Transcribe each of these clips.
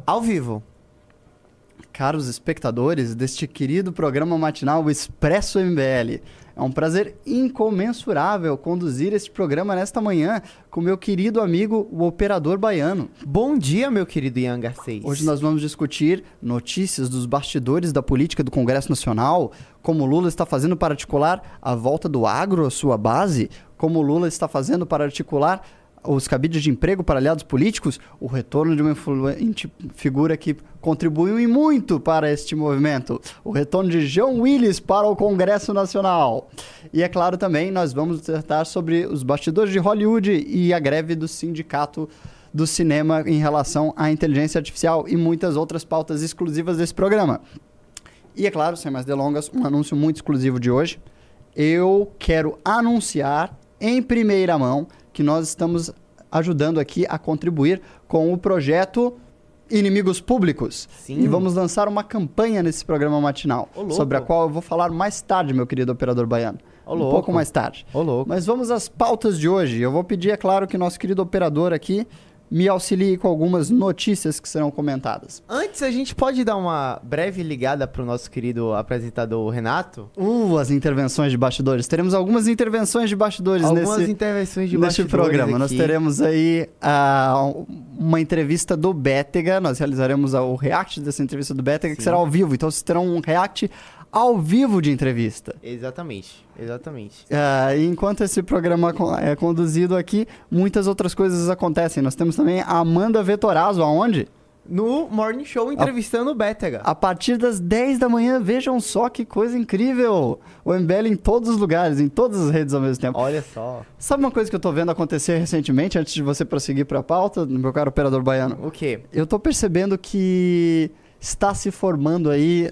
Ao vivo. Caros espectadores deste querido programa matinal o Expresso MBL, é um prazer incomensurável conduzir este programa nesta manhã com meu querido amigo, o Operador Baiano. Bom dia, meu querido Ian Garcês. Hoje nós vamos discutir notícias dos bastidores da política do Congresso Nacional, como Lula está fazendo para articular a volta do agro à sua base, como Lula está fazendo para articular os cabides de emprego para aliados políticos, o retorno de uma influente figura que contribuiu e muito para este movimento, o retorno de Jean Willis para o Congresso Nacional. E é claro também, nós vamos tratar sobre os bastidores de Hollywood e a greve do sindicato do cinema em relação à inteligência artificial e muitas outras pautas exclusivas desse programa. E é claro, sem mais delongas, um anúncio muito exclusivo de hoje. Eu quero anunciar em primeira mão que nós estamos ajudando aqui a contribuir com o projeto Inimigos Públicos. Sim. E vamos lançar uma campanha nesse programa matinal, sobre a qual eu vou falar mais tarde, meu querido Operador Baiano. Um pouco mais tarde. Mas vamos às pautas de hoje. Eu vou pedir, é claro, que nosso querido operador aqui me auxilie com algumas notícias que serão comentadas. Antes, a gente pode dar uma breve ligada para o nosso querido apresentador Renato? As intervenções de bastidores. Teremos algumas intervenções de bastidores neste programa. Aqui. Nós teremos aí uma entrevista do Bétega. Nós realizaremos o react dessa entrevista do Bétega, que será ao vivo. Então, vocês terão um react ao vivo de entrevista. Exatamente. Enquanto esse programa é conduzido aqui, muitas outras coisas acontecem. Nós temos também a Amanda Vettorazzo, aonde? No Morning Show, entrevistando o Bétega. A partir das 10 da manhã, vejam só que coisa incrível. O MBL em todos os lugares, em todas as redes ao mesmo tempo. Olha só. Sabe uma coisa que eu tô vendo acontecer recentemente, antes de você prosseguir pra pauta, meu caro Operador Baiano? O quê? Eu tô percebendo que está se formando aí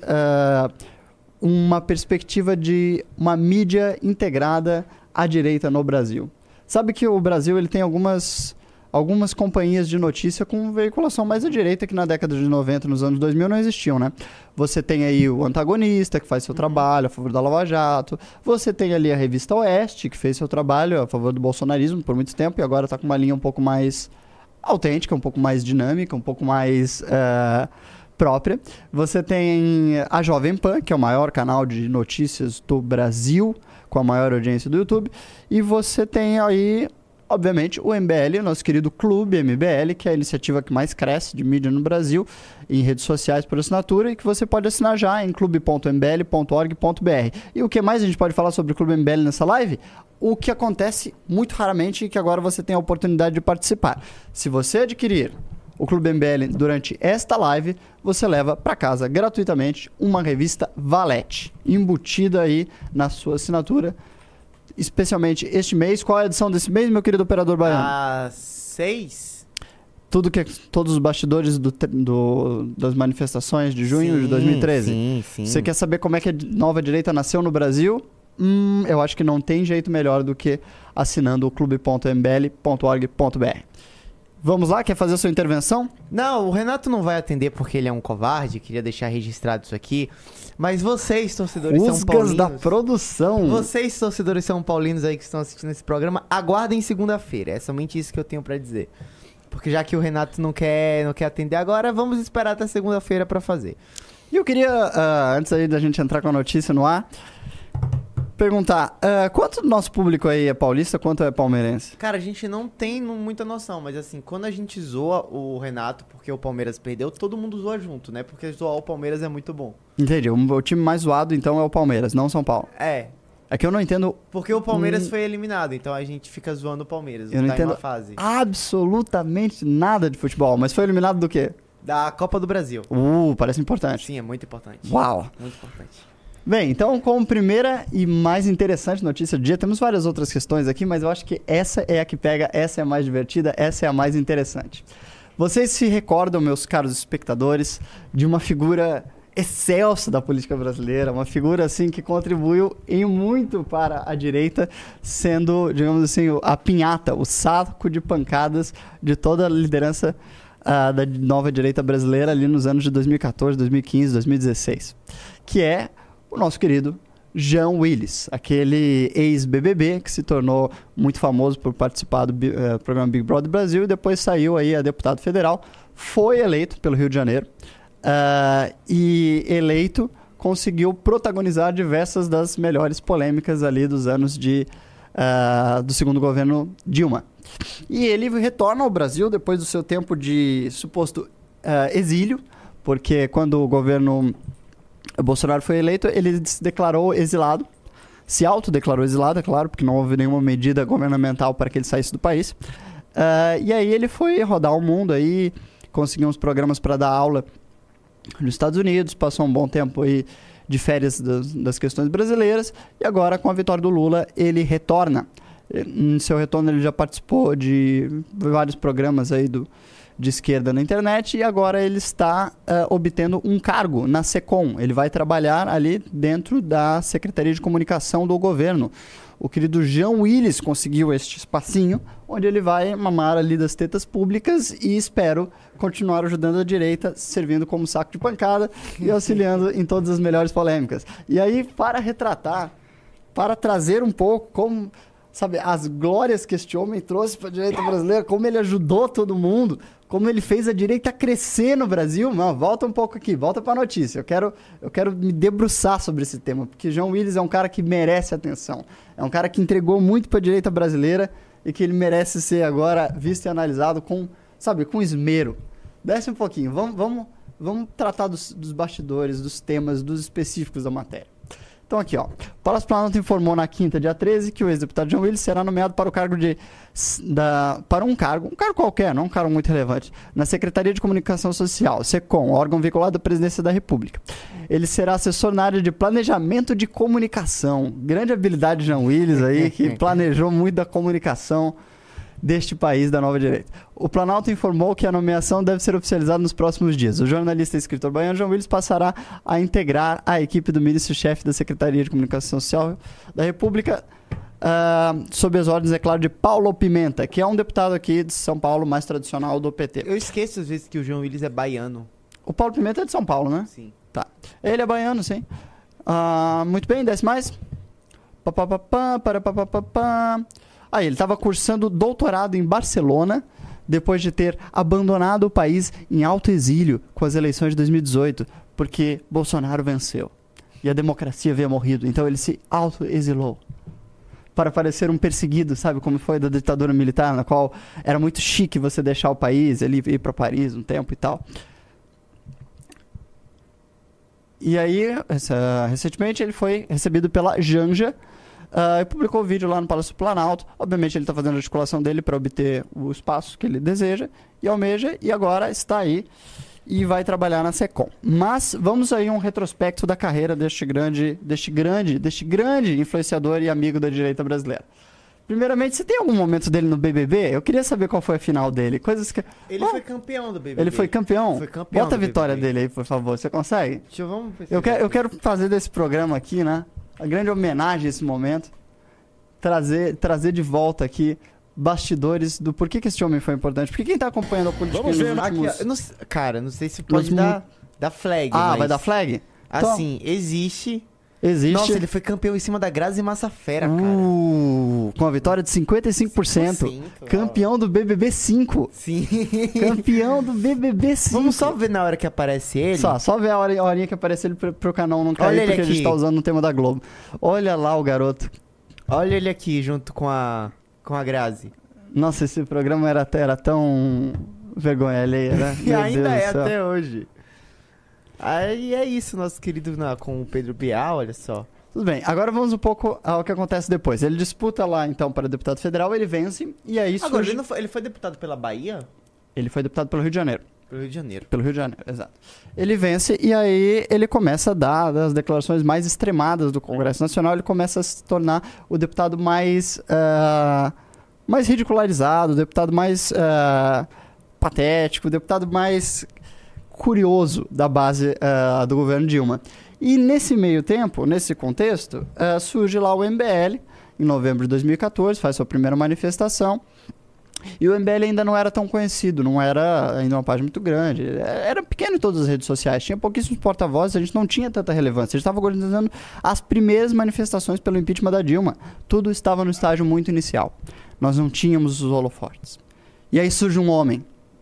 uma perspectiva de uma mídia integrada à direita no Brasil. Sabe que o Brasil ele tem algumas companhias de notícia com veiculação mais à direita que na década de 90, nos anos 2000 não existiam, né? Você tem aí o Antagonista, que faz seu trabalho a favor da Lava Jato. Você tem ali a Revista Oeste, que fez seu trabalho a favor do bolsonarismo por muito tempo e agora está com uma linha um pouco mais autêntica, um pouco mais dinâmica, um pouco mais própria. Você tem a Jovem Pan, que é o maior canal de notícias do Brasil, com a maior audiência do YouTube. E você tem aí, obviamente, o MBL, nosso querido Clube MBL, que é a iniciativa que mais cresce de mídia no Brasil, em redes sociais por assinatura, e que você pode assinar já em clube.mbl.org.br. E o que mais a gente pode falar sobre o Clube MBL nessa live? O que acontece muito raramente e que agora você tem a oportunidade de participar. Se você adquirir o Clube MBL durante esta live, você leva para casa gratuitamente uma revista Valete, embutida aí na sua assinatura, especialmente este mês. Qual é a edição desse mês, meu querido Operador Baiano? 6. Todos os bastidores das manifestações de junho de 2013. Sim. Você quer saber como é que a nova direita nasceu no Brasil? Eu acho que não tem jeito melhor do que assinando o clube.mbl.org.br. Vamos lá? Quer fazer a sua intervenção? Não, o Renato não vai atender porque ele é um covarde. Queria deixar registrado isso aqui. Mas vocês, torcedores são paulinos... da produção. Vocês, torcedores são paulinos aí que estão assistindo esse programa, aguardem segunda-feira. É somente isso que eu tenho pra dizer. Porque já que o Renato não quer atender agora, vamos esperar até segunda-feira pra fazer. E eu queria, antes aí da gente entrar com a notícia no ar, perguntar, quanto do nosso público aí é paulista, quanto é palmeirense? Cara, a gente não tem muita noção, mas assim, quando a gente zoa o Renato porque o Palmeiras perdeu, todo mundo zoa junto, né? Porque zoar o Palmeiras é muito bom. Entendi, o time mais zoado então é o Palmeiras, não São Paulo. É que eu não entendo... Porque o Palmeiras foi eliminado, então a gente fica zoando o Palmeiras. Eu não entendo absolutamente nada de futebol, mas foi eliminado do quê? Da Copa do Brasil. Parece importante. Sim, é muito importante. Uau! Muito importante. Bem, então, como primeira e mais interessante notícia do dia, temos várias outras questões aqui, mas eu acho que essa é a que pega, essa é a mais divertida, essa é a mais interessante. Vocês se recordam, meus caros espectadores, de uma figura excelsa da política brasileira, uma figura, assim, que contribuiu em muito para a direita, sendo, digamos assim, a pinhata, o saco de pancadas de toda a liderança da nova direita brasileira ali nos anos de 2014, 2015, 2016, que é o nosso querido Jean Willis, aquele ex-BBB que se tornou muito famoso por participar do programa Big Brother Brasil e depois saiu aí a deputado federal, foi eleito pelo Rio de Janeiro e eleito conseguiu protagonizar diversas das melhores polêmicas ali dos anos do segundo governo Dilma. E ele retorna ao Brasil depois do seu tempo de suposto exílio, porque quando o governo Bolsonaro foi eleito, ele se declarou exilado, se autodeclarou exilado, é claro, porque não houve nenhuma medida governamental para que ele saísse do país. E aí ele foi rodar o mundo, aí conseguiu uns programas para dar aula nos Estados Unidos, passou um bom tempo aí de férias das questões brasileiras, e agora com a vitória do Lula ele retorna. Em seu retorno ele já participou de vários programas aí de esquerda na internet e agora ele está obtendo um cargo na SECOM. Ele vai trabalhar ali dentro da Secretaria de Comunicação do governo. O querido Jean Willis conseguiu este espacinho, onde ele vai mamar ali das tetas públicas e espero continuar ajudando a direita, servindo como saco de pancada e auxiliando em todas as melhores polêmicas. E aí, para retratar, para trazer um pouco como... Sabe, as glórias que este homem trouxe para a direita brasileira, como ele ajudou todo mundo, como ele fez a direita crescer no Brasil. Não, volta um pouco aqui, volta para a notícia. Eu quero me debruçar sobre esse tema, porque Jean Willis é um cara que merece atenção. É um cara que entregou muito para a direita brasileira e que ele merece ser agora visto e analisado com esmero. Desce um pouquinho, vamos tratar dos bastidores, dos temas, dos específicos da matéria. Então aqui, ó, o Palácio Planalto informou na quinta, dia 13, que o ex-deputado Jean Willis será nomeado para o cargo para um cargo qualquer, não um cargo muito relevante, na Secretaria de Comunicação Social, SECOM, órgão vinculado à Presidência da República. Ele será assessor na área de planejamento de comunicação. Grande habilidade de Jean Willis aí, que planejou muito da comunicação deste país da nova direita. O Planalto informou que a nomeação deve ser oficializada nos próximos dias. O jornalista e escritor baiano Jean Willis passará a integrar a equipe do ministro-chefe da Secretaria de Comunicação Social da República, sob as ordens, é claro, de Paulo Pimenta, que é um deputado aqui de São Paulo, mais tradicional do PT. Eu esqueço às vezes que o Jean Willis é baiano. O Paulo Pimenta é de São Paulo, né? Sim. Tá. Ele é baiano, sim. Muito bem, desce mais. Aí, ele estava cursando doutorado em Barcelona, depois de ter abandonado o país em alto exílio com as eleições de 2018, porque Bolsonaro venceu e a democracia havia morrido. Então ele se auto-exilou para parecer um perseguido, sabe como foi da ditadura militar, na qual era muito chique você deixar o país, ele ir para Paris um tempo e tal. E aí, recentemente, ele foi recebido pela Janja, e publicou o vídeo lá no Palácio Planalto. Obviamente ele está fazendo a articulação dele para obter o espaço que ele deseja e almeja, e agora está aí e vai trabalhar na SECOM. Mas vamos aí um retrospecto da carreira deste grande influenciador e amigo da direita brasileira. Primeiramente, você tem algum momento dele no BBB? Eu queria saber qual foi a final dele. Coisas que... Ele foi campeão do BBB. Ele foi campeão? Foi campeão. Bota a vitória dele aí, por favor. Você consegue? Vamos eu quero fazer desse programa aqui, né? A grande homenagem a esse momento, trazer de volta aqui bastidores do porquê que esse homem foi importante. Porque quem está acompanhando a política nos últimos... Cara, não sei se pode dar flag. Vai dar flag? Assim, existe. Nossa, ele foi campeão em cima da Grazi Massafera, cara. Com a vitória de 55%. Campeão do BBB 5. Sim. Campeão do BBB 5. Vamos só ver na hora que aparece ele? Só ver a horinha que aparece ele pro canal não cair, porque a gente tá usando no tema da Globo. Olha lá o garoto. Olha ele aqui, junto com a Grazi. Nossa, esse programa era tão vergonha alheia, né? E ainda é até hoje. Aí é isso, nosso querido com o Pedro Bial, olha só. Tudo bem, agora vamos um pouco ao que acontece depois. Ele disputa lá, então, para deputado federal, ele vence, e aí agora, ele foi deputado pela Bahia? Ele foi deputado pelo Rio de Janeiro. Pelo Rio de Janeiro. Pelo Rio de Janeiro, exato. Ele vence, e aí ele começa a dar as declarações mais extremadas do Congresso Nacional, ele começa a se tornar o deputado mais ridicularizado, o deputado mais patético, o deputado mais curioso da base do governo Dilma. E nesse meio tempo, nesse contexto, surge lá o MBL, em novembro de 2014, faz sua primeira manifestação, E o MBL ainda não era tão conhecido, não era ainda uma página muito grande. Era pequeno em todas as redes sociais, tinha pouquíssimos porta-vozes, a gente não tinha tanta relevância. A gente estava organizando as primeiras manifestações pelo impeachment da Dilma. Tudo estava no estágio muito inicial. Nós não tínhamos os holofortes. E aí surge um homem,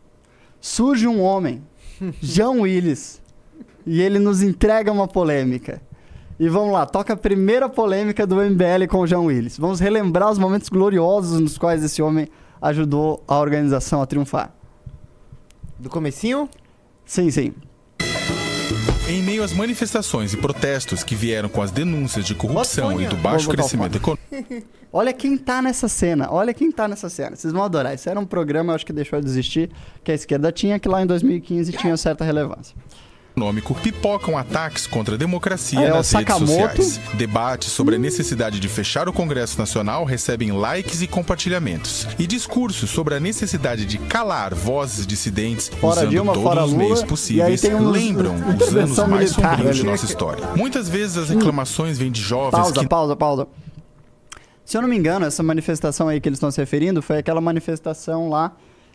Jean Willis, e ele nos entrega uma polêmica. E vamos lá, toca a primeira polêmica do MBL com o Jean Willis. Vamos relembrar os momentos gloriosos nos quais esse homem ajudou a organização a triunfar. Do comecinho? Sim, sim. Em meio às manifestações e protestos que vieram com as denúncias de corrupção e do baixo crescimento econômico... Olha quem tá nessa cena, Vocês vão adorar. Isso era um programa, eu acho que deixou de existir, que a esquerda tinha, que lá em 2015 tinha certa relevância. Pipocam ataques contra a democracia nas redes sociais. Debates sobre a necessidade de fechar o Congresso Nacional recebem likes e compartilhamentos. E discursos sobre a necessidade de calar vozes dissidentes usando Dilma, todos os meios Lula, possíveis lembram os anos mais sombrios de nossa história. Muitas vezes as reclamações vêm de jovens Pausa. Se eu não me engano, essa manifestação aí que eles estão se referindo foi aquela manifestação lá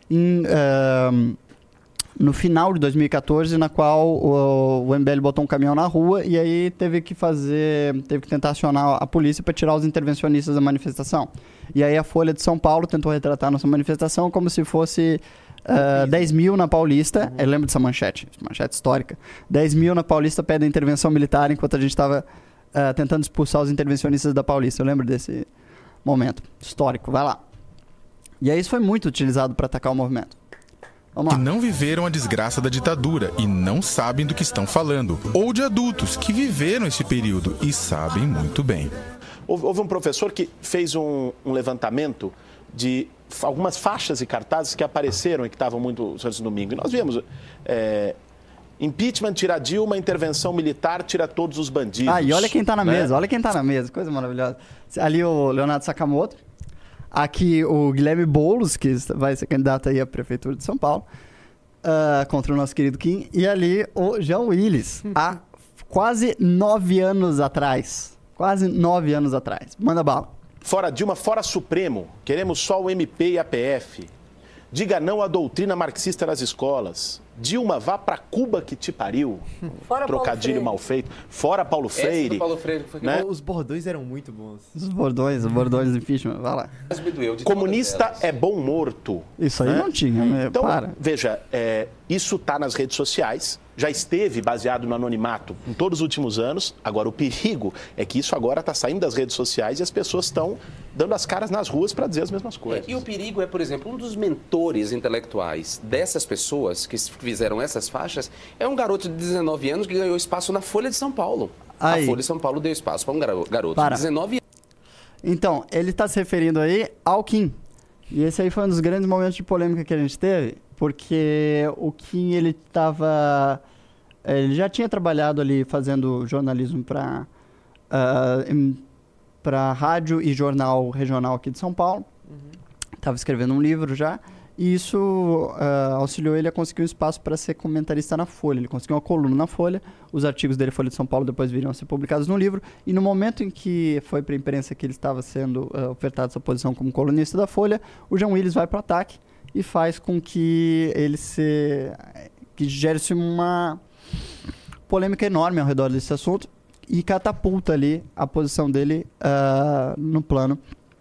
no final de 2014, na qual o MBL botou um caminhão na rua e aí teve que tentar acionar a polícia para tirar os intervencionistas da manifestação. E aí a Folha de São Paulo tentou retratar nossa manifestação como se fosse 10 mil na Paulista. Eu lembro dessa manchete histórica. 10 mil na Paulista pedem intervenção militar enquanto a gente estava tentando expulsar os intervencionistas da Paulista. Eu lembro desse momento histórico. Vai lá. E aí isso foi muito utilizado para atacar o movimento. que não viveram a desgraça da ditadura e não sabem do que estão falando, ou de adultos que viveram esse período e sabem muito bem. Houve um professor que fez um levantamento de algumas faixas e cartazes que apareceram e que estavam muito antes do domingo. E nós vimos impeachment tira Dilma, intervenção militar tira todos os bandidos. E olha quem tá na mesa, coisa maravilhosa. Ali o Leonardo Sakamoto. Aqui o Guilherme Boulos, que vai ser candidato aí à Prefeitura de São Paulo, contra o nosso querido Kim. E ali o Jean Willis, há quase 9 anos atrás. Manda bala. Fora Dilma, fora Supremo. Queremos só o MP e a PF. Diga não à doutrina marxista nas escolas. Dilma, vá pra Cuba que te pariu. Fora Trocadilho mal feito. Fora Paulo Freire. Paulo Freire foi né? Os bordões eram muito bons. Os bordões do impeachment, vai lá. Comunista é bom morto. Isso aí né? não tinha, né? Então, para. veja, isso está nas redes sociais, já esteve baseado no anonimato em todos os últimos anos. Agora, o perigo é que isso agora está saindo das redes sociais e as pessoas estão dando as caras nas ruas para dizer as mesmas coisas. E o perigo é, por exemplo, um dos mentores intelectuais dessas pessoas que fizeram essas faixas é um garoto de 19 anos que ganhou espaço na Folha de São Paulo. Aí. A Folha de São Paulo deu espaço para um garoto de 19 anos. Então, ele está se referindo aí ao Kim. E esse aí foi um dos grandes momentos de polêmica que a gente teve, porque o Kim, ele já tinha trabalhado ali fazendo jornalismo para rádio e jornal regional aqui de São Paulo. Estava escrevendo um livro já. E isso auxiliou ele a conseguir um espaço para ser comentarista na Folha. Ele conseguiu uma coluna na Folha. Os artigos dele, Folha de São Paulo, depois viriam a ser publicados no livro. E no momento em que foi para a imprensa que ele estava sendo ofertado essa posição como colunista da Folha, o Jean Willis vai para o ataque e faz com que que gere-se uma polêmica enorme ao redor desse assunto e catapulta ali a posição dele no plano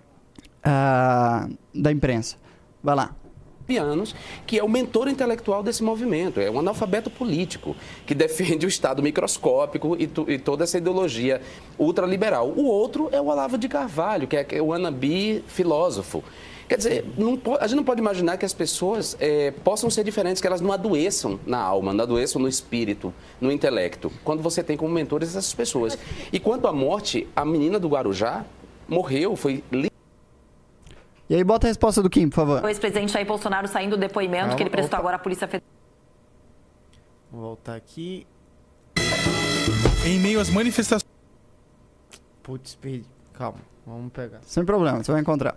da imprensa. Vai lá. Anos, que é o mentor intelectual desse movimento, é um analfabeto político que defende o Estado microscópico e toda essa ideologia ultraliberal. O outro é o Olavo de Carvalho, que é o wannabe filósofo. Quer dizer, a gente não pode imaginar que as pessoas possam ser diferentes, que elas não adoeçam na alma, não adoeçam no espírito, no intelecto, quando você tem como mentores essas pessoas. E quanto à morte, a menina do Guarujá morreu, foi... E aí bota a resposta do Kim, por favor. O ex-presidente Jair Bolsonaro saindo do depoimento que ele prestou agora à Polícia Federal. Vou voltar aqui. Em meio às manifestações... Putz, perdi. Calma, vamos pegar. Sem problema, você vai encontrar.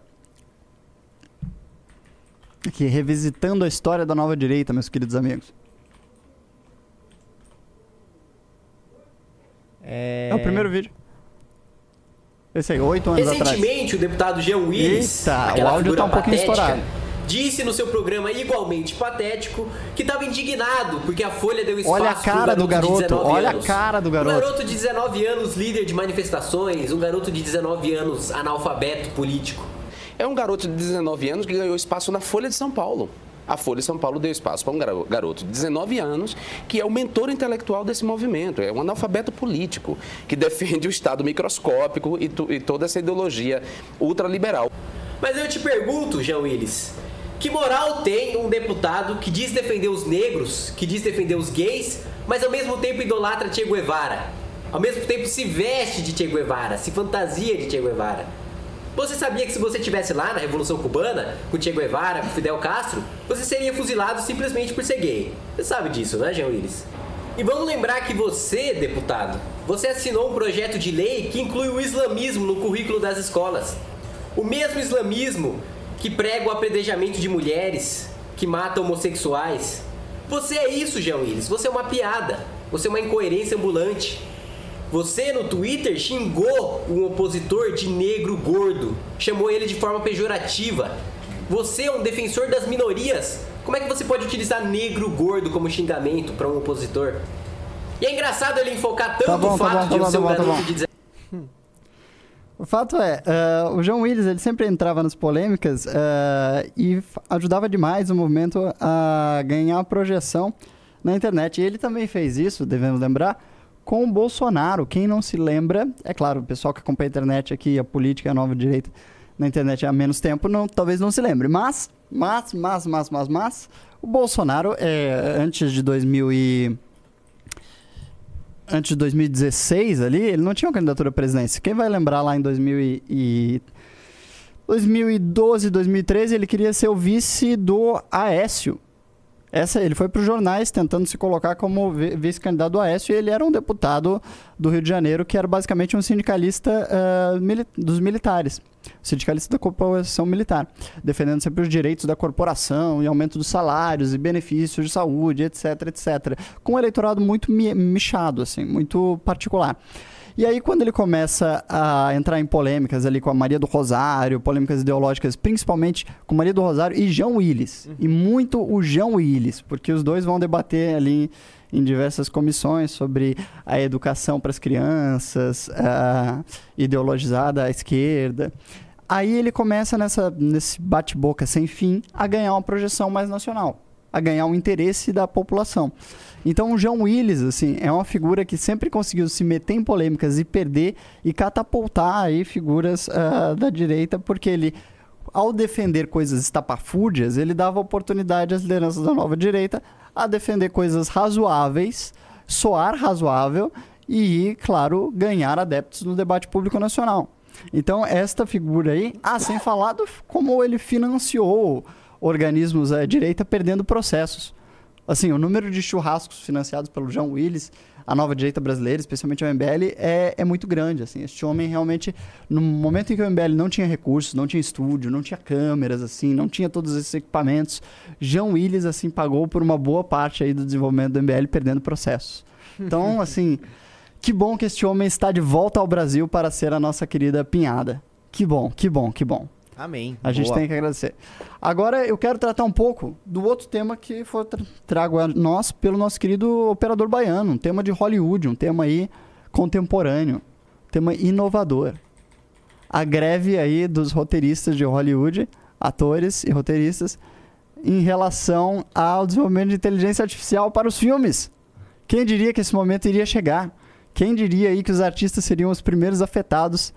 Aqui, revisitando a história da nova direita, meus queridos amigos. É o primeiro vídeo. Esse aí, 8 anos atrás. Recentemente, o deputado Jean Willis, o áudio tá um pouquinho estourado. disse no seu programa igualmente patético que estava indignado porque a Folha deu espaço olha a cara do garoto, olha anos. A cara do garoto. Um garoto de 19 anos, líder de manifestações, um garoto de 19 anos, analfabeto político. É um garoto de 19 anos que ganhou espaço na Folha de São Paulo. A Folha de São Paulo deu espaço para um garoto de 19 anos que é o mentor intelectual desse movimento. É um analfabeto político que defende o Estado microscópico e toda essa ideologia ultraliberal. Mas eu te pergunto, Jean Willis, que moral tem um deputado que diz defender os negros, que diz defender os gays, mas ao mesmo tempo idolatra Che Guevara? Ao mesmo tempo se veste de Che Guevara, se fantasia de Che Guevara? Você sabia que se você estivesse lá na Revolução Cubana, com Che Guevara, com Fidel Castro, você seria fuzilado simplesmente por ser gay? Você sabe disso, né, Jean Willis? E vamos lembrar que você, deputado, você assinou um projeto de lei que inclui o islamismo no currículo das escolas. O mesmo islamismo que prega o apedrejamento de mulheres, que mata homossexuais. Você é isso, Jean Willis. Você é uma piada. Você é uma incoerência ambulante. Você, no Twitter, xingou um opositor de negro gordo. Chamou ele de forma pejorativa. Você é um defensor das minorias. Como é que você pode utilizar negro gordo como xingamento para um opositor? E é engraçado ele enfocar tanto o fato de eu ser um garoto de 19... O fato é, o Jean Willis, ele sempre entrava nas polêmicas e ajudava demais o movimento a ganhar projeção na internet. E ele também fez isso, devemos lembrar, com o Bolsonaro. Quem não se lembra, é claro, o pessoal que acompanha a internet aqui, a política, a nova direita na internet há menos tempo, talvez não se lembre. Mas, o Bolsonaro, antes de 2016 ali, ele não tinha uma candidatura à presidência. Quem vai lembrar lá em 2012, 2013, ele queria ser o vice do Aécio. Ele foi para os jornais tentando se colocar como vice-candidato do Aécio, e ele era um deputado do Rio de Janeiro que era basicamente um sindicalista dos militares, sindicalista da corporação militar, defendendo sempre os direitos da corporação e aumento dos salários e benefícios de saúde, etc, etc. Com um eleitorado muito michado, assim, muito particular. E aí, quando ele começa a entrar em polêmicas ali com a Maria do Rosário, polêmicas ideológicas, principalmente com Maria do Rosário e Jean Willis, e muito o Jean Willis, porque os dois vão debater ali em diversas comissões sobre a educação para as crianças, ideologizada à esquerda. Aí ele começa nesse bate-boca sem fim a ganhar uma projeção mais nacional, a ganhar um interesse da população. Então o Jean Willis, assim, é uma figura que sempre conseguiu se meter em polêmicas e perder e catapultar aí figuras da direita, porque ele, ao defender coisas estapafúrdias, ele dava oportunidade às lideranças da nova direita a defender coisas razoáveis, soar razoável e, claro, ganhar adeptos no debate público nacional. Então esta figura aí, sem falar como ele financiou organismos à direita perdendo processos. Assim, o número de churrascos financiados pelo Jean Willis, a nova direita brasileira, especialmente o MBL, é muito grande. Assim. Este homem realmente, no momento em que o MBL não tinha recursos, não tinha estúdio, não tinha câmeras, assim, não tinha todos esses equipamentos, Jean Willis, assim, pagou por uma boa parte aí do desenvolvimento do MBL perdendo processos. Então, assim, que bom que este homem está de volta ao Brasil para ser a nossa querida Pinhada. Que bom, que bom, que bom. Amém. A gente tem que agradecer. Agora eu quero tratar um pouco do outro tema que foi trago a nós pelo nosso querido operador baiano. Um tema de Hollywood, um tema aí contemporâneo, um tema inovador. A greve aí dos roteiristas de Hollywood, atores e roteiristas, em relação ao desenvolvimento de inteligência artificial para os filmes. Quem diria que esse momento iria chegar? Quem diria aí que os artistas seriam os primeiros afetados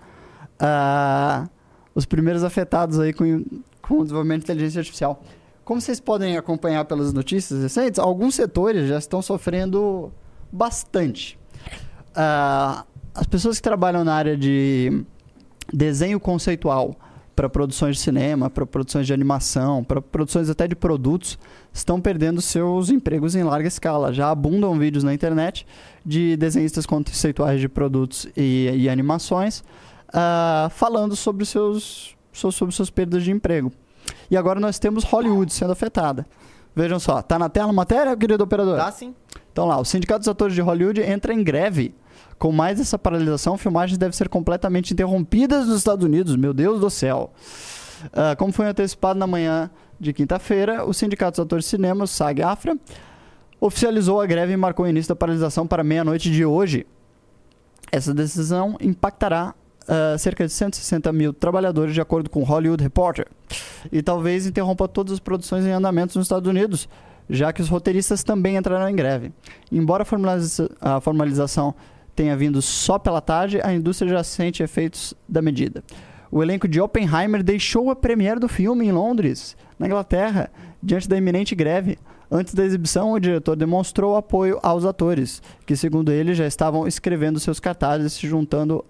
aí com o desenvolvimento de inteligência artificial. Como vocês podem acompanhar pelas notícias recentes, alguns setores já estão sofrendo bastante. As pessoas que trabalham na área de desenho conceitual para produções de cinema, para produções de animação, para produções até de produtos, estão perdendo seus empregos em larga escala. Já abundam vídeos na internet de desenhistas conceituais de produtos e animações, falando sobre suas perdas de emprego. E agora nós temos Hollywood sendo afetada. Vejam só, tá na tela a matéria, querido operador? Tá sim. Então lá, o Sindicato dos Atores de Hollywood entra em greve. Com mais essa paralisação, filmagens devem ser completamente interrompidas nos Estados Unidos. Meu Deus do céu. Como foi antecipado na manhã de quinta-feira, o Sindicato dos Atores de Cinema, o SAG-AFTRA, oficializou a greve e marcou o início da paralisação para meia-noite de hoje. Essa decisão impactará cerca de 160 mil trabalhadores, de acordo com o Hollywood Reporter, e talvez interrompa todas as produções em andamento nos Estados Unidos, já que os roteiristas também entrarão em greve. Embora a formalização tenha vindo só pela tarde, a indústria já sente efeitos da medida. O elenco de Oppenheimer deixou a premiere do filme em Londres, na Inglaterra, diante da iminente greve. Antes da exibição, o diretor demonstrou apoio aos atores, que, segundo ele, já estavam escrevendo seus cartazes, se juntando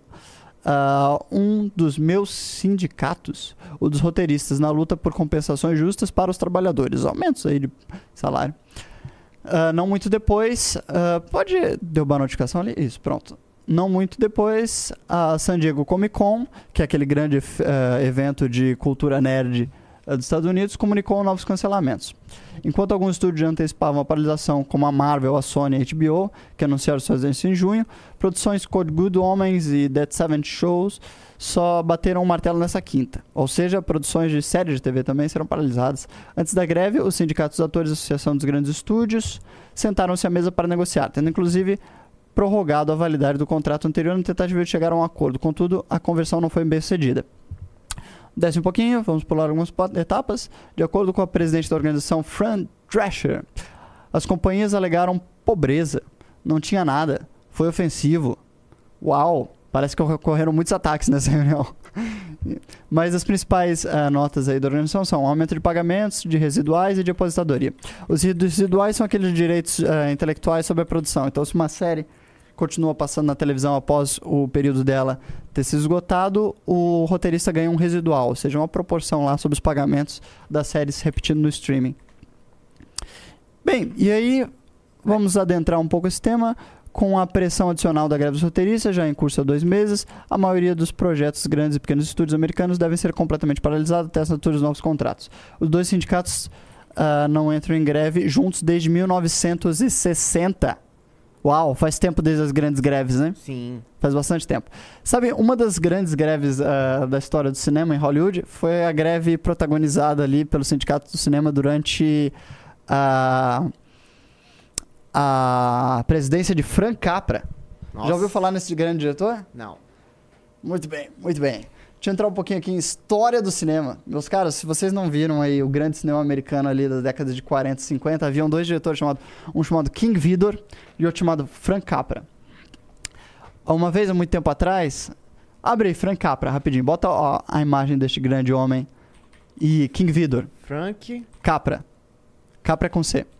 a um dos meus sindicatos, o dos roteiristas, na luta por compensações justas para os trabalhadores, aumentos aí de salário. Não muito depois, pode derrubar a notificação ali? Isso, pronto. Não muito depois, a San Diego Comic Con, que é aquele grande evento de cultura nerd dos Estados Unidos, comunicou novos cancelamentos. Enquanto alguns estúdios antecipavam a paralisação, como a Marvel, a Sony e a HBO, que anunciaram suas ausências em junho, produções Code Good Homens e Dead Seventh Shows só bateram o martelo nessa quinta. Ou seja, produções de séries de TV também serão paralisadas. Antes da greve, os sindicatos dos atores e a Associação dos Grandes Estúdios sentaram-se à mesa para negociar, tendo inclusive prorrogado a validade do contrato anterior na tentativa de chegar a um acordo. Contudo, a conversão não foi bem sucedida. Desce um pouquinho, vamos pular algumas etapas. De acordo com a presidente da organização, Fran Drescher, as companhias alegaram pobreza. Não tinha nada. Foi ofensivo. Uau! Parece que ocorreram muitos ataques nessa reunião. Mas as principais notas aí da organização são aumento de pagamentos, de residuais e de aposentadoria. Os residuais são aqueles direitos intelectuais sobre a produção. Então, se uma série continua passando na televisão após o período dela ter se esgotado, o roteirista ganha um residual, ou seja, uma proporção lá sobre os pagamentos das séries repetindo no streaming. Bem, e aí vamos adentrar um pouco esse tema. Com a pressão adicional da greve dos roteiristas, já em curso há 2 meses, a maioria dos projetos grandes e pequenos estúdios americanos devem ser completamente paralisados até a assinatura dos novos contratos. Os 2 sindicatos não entram em greve juntos desde 1960. Uau, faz tempo desde as grandes greves, né? Sim. Faz bastante tempo. Sabe, uma das grandes greves da história do cinema em Hollywood foi a greve protagonizada ali pelo Sindicato do Cinema durante a presidência de Frank Capra. Nossa. Já ouviu falar nesse grande diretor? Não. Muito bem, muito bem. Deixa eu entrar um pouquinho aqui em história do cinema. Meus caros, se vocês não viram aí o grande cinema americano ali das décadas de 40 e 50, haviam 2 diretores um chamado King Vidor e outro chamado Frank Capra. Uma vez, há muito tempo atrás, abre aí Frank Capra, rapidinho, bota a imagem deste grande homem e King Vidor. Frank Capra. Capra com C.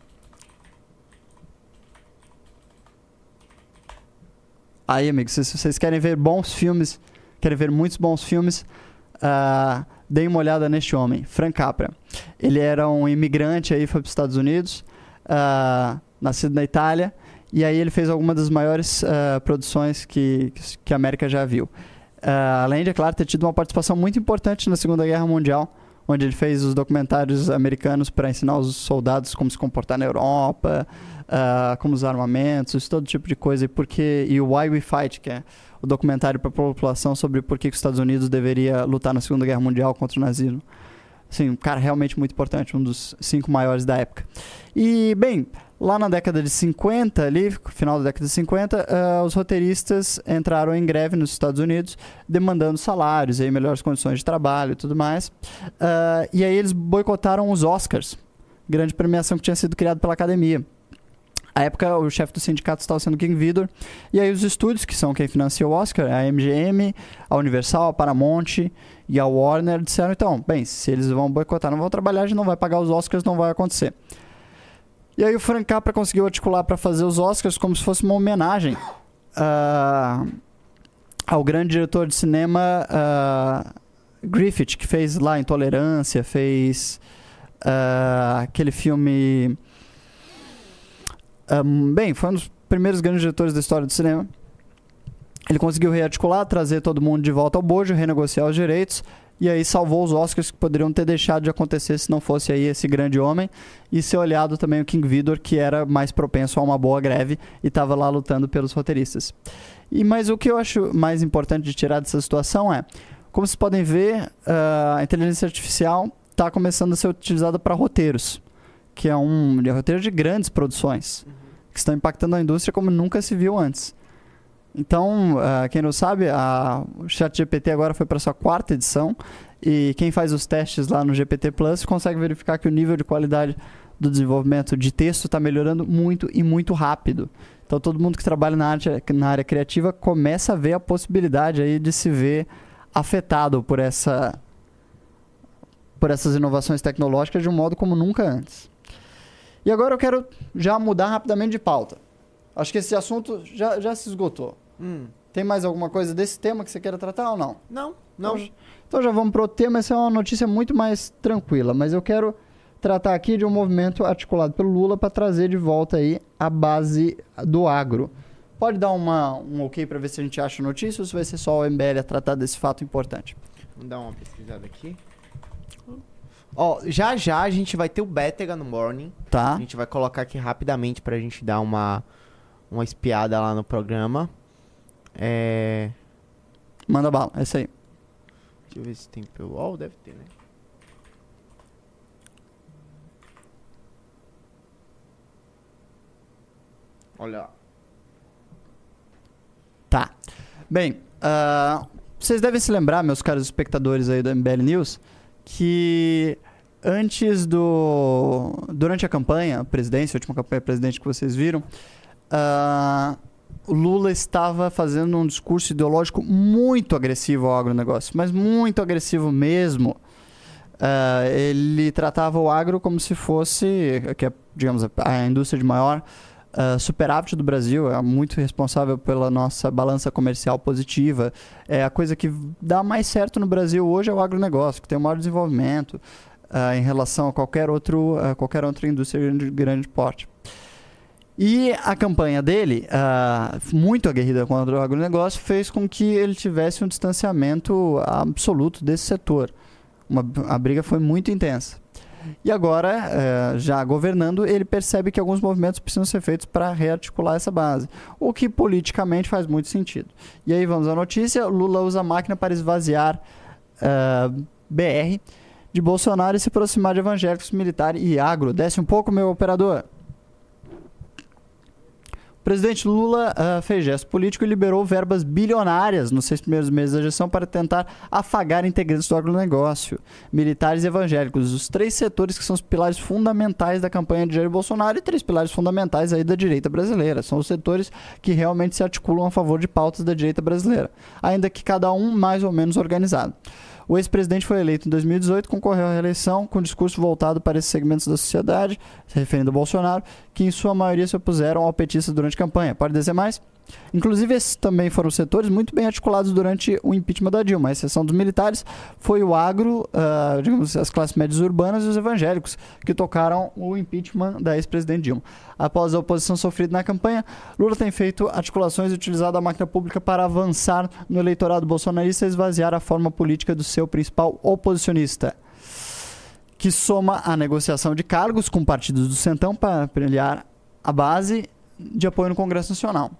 Aí, amigos, se vocês querem ver bons filmes, querem ver muitos bons filmes, deem uma olhada neste homem, Frank Capra. Ele era um imigrante, aí foi para os Estados Unidos, nascido na Itália, e aí ele fez algumas das maiores produções que a América já viu. Além de, é claro, ter tido uma participação muito importante na Segunda Guerra Mundial, onde ele fez os documentários americanos para ensinar os soldados como se comportar na Europa, como usar armamentos, todo tipo de coisa. E o Why We Fight, que é o documentário para a população sobre por que os Estados Unidos deveria lutar na Segunda Guerra Mundial contra o nazismo. Assim, um cara realmente muito importante, um dos 5 maiores da época. E, bem, lá na década de 50, ali, final da década de 50, os roteiristas entraram em greve nos Estados Unidos, demandando salários, aí, melhores condições de trabalho e tudo mais. E aí eles boicotaram os Oscars, grande premiação que tinha sido criada pela academia. À época, o chefe do sindicato estava sendo King Vidor, e aí os estúdios, que são quem financia o Oscar, a MGM, a Universal, a Paramount e a Warner, disseram, então, bem, se eles vão boicotar, não vão trabalhar, a gente não vai pagar os Oscars, não vai acontecer. E aí o Frank Capra conseguiu articular para fazer os Oscars como se fosse uma homenagem ao grande diretor de cinema Griffith, que fez lá Intolerância, fez aquele filme... bem, foi um dos primeiros grandes diretores da história do cinema. Ele conseguiu rearticular, trazer todo mundo de volta ao bojo, renegociar os direitos, e aí salvou os Oscars que poderiam ter deixado de acontecer se não fosse aí esse grande homem, e ser olhado também o King Vidor, que era mais propenso a uma boa greve e estava lá lutando pelos roteiristas. Mas o que eu acho mais importante de tirar dessa situação é, Como vocês podem ver, a inteligência artificial está começando a ser utilizada para roteiros, que é um roteiro de grandes produções, que estão impactando a indústria como nunca se viu antes. Então, quem não sabe, o ChatGPT agora foi para sua 4ª edição, e quem faz os testes lá no GPT Plus consegue verificar que o nível de qualidade do desenvolvimento de texto está melhorando muito e muito rápido. Então, todo mundo que trabalha na área criativa começa a ver a possibilidade aí de se ver afetado por essas inovações tecnológicas de um modo como nunca antes. E agora eu quero já mudar rapidamente de pauta. Acho que esse assunto já se esgotou. Tem mais alguma coisa desse tema que você queira tratar ou não? Não. Então já vamos para o tema. Essa é uma notícia muito mais tranquila, mas eu quero tratar aqui de um movimento articulado pelo Lula para trazer de volta aí a base do agro. Pode dar um ok para ver se a gente acha notícia ou se vai ser só o MBL a tratar desse fato importante? Vamos dar uma pesquisada aqui. Ó, já a gente vai ter o Bétega no Morning. Tá. A gente vai colocar aqui rapidamente pra gente dar uma espiada lá no programa. Manda bala, é isso aí. Deixa eu ver se tem pelo UOL, deve ter, né? Olha lá. Tá. Bem, vocês devem se lembrar, meus caros espectadores aí do MBL News, que durante a campanha, a última campanha presidente que vocês viram, o Lula estava fazendo um discurso ideológico muito agressivo ao agronegócio, mas muito agressivo mesmo. Ele tratava o agro como se fosse, digamos, a indústria de maior superávit do Brasil, é muito responsável pela nossa balança comercial positiva. É a coisa que dá mais certo no Brasil hoje é o agronegócio, que tem o maior desenvolvimento em relação a qualquer outra indústria de grande porte. E a campanha dele, muito aguerrida contra o agronegócio, fez com que ele tivesse um distanciamento absoluto desse setor. A briga foi muito intensa. E agora, já governando, ele percebe que alguns movimentos precisam ser feitos para rearticular essa base, o que politicamente faz muito sentido. E aí vamos à notícia: Lula usa a máquina para esvaziar BR de Bolsonaro e se aproximar de evangélicos, militar e agro. Desce um pouco, meu operador. O presidente Lula fez gesto político e liberou verbas bilionárias nos 6 primeiros meses da gestão para tentar afagar integrantes do agronegócio, militares e evangélicos, os 3 setores que são os pilares fundamentais da campanha de Jair Bolsonaro e 3 pilares fundamentais aí da direita brasileira. São os setores que realmente se articulam a favor de pautas da direita brasileira, ainda que cada um mais ou menos organizado. O ex-presidente foi eleito em 2018, concorreu à reeleição com um discurso voltado para esses segmentos da sociedade, se referindo ao Bolsonaro, que em sua maioria se opuseram ao petista durante a campanha. Pode descer mais? Inclusive, esses também foram setores muito bem articulados durante o impeachment da Dilma. A exceção dos militares foi o agro, digamos, as classes médias urbanas e os evangélicos, que tocaram o impeachment da ex-presidente Dilma. Após a oposição sofrida na campanha, Lula tem feito articulações e utilizado a máquina pública para avançar no eleitorado bolsonarista e esvaziar a forma política do seu principal oposicionista, que soma a negociação de cargos com partidos do Centrão para ampliar a base de apoio no Congresso Nacional.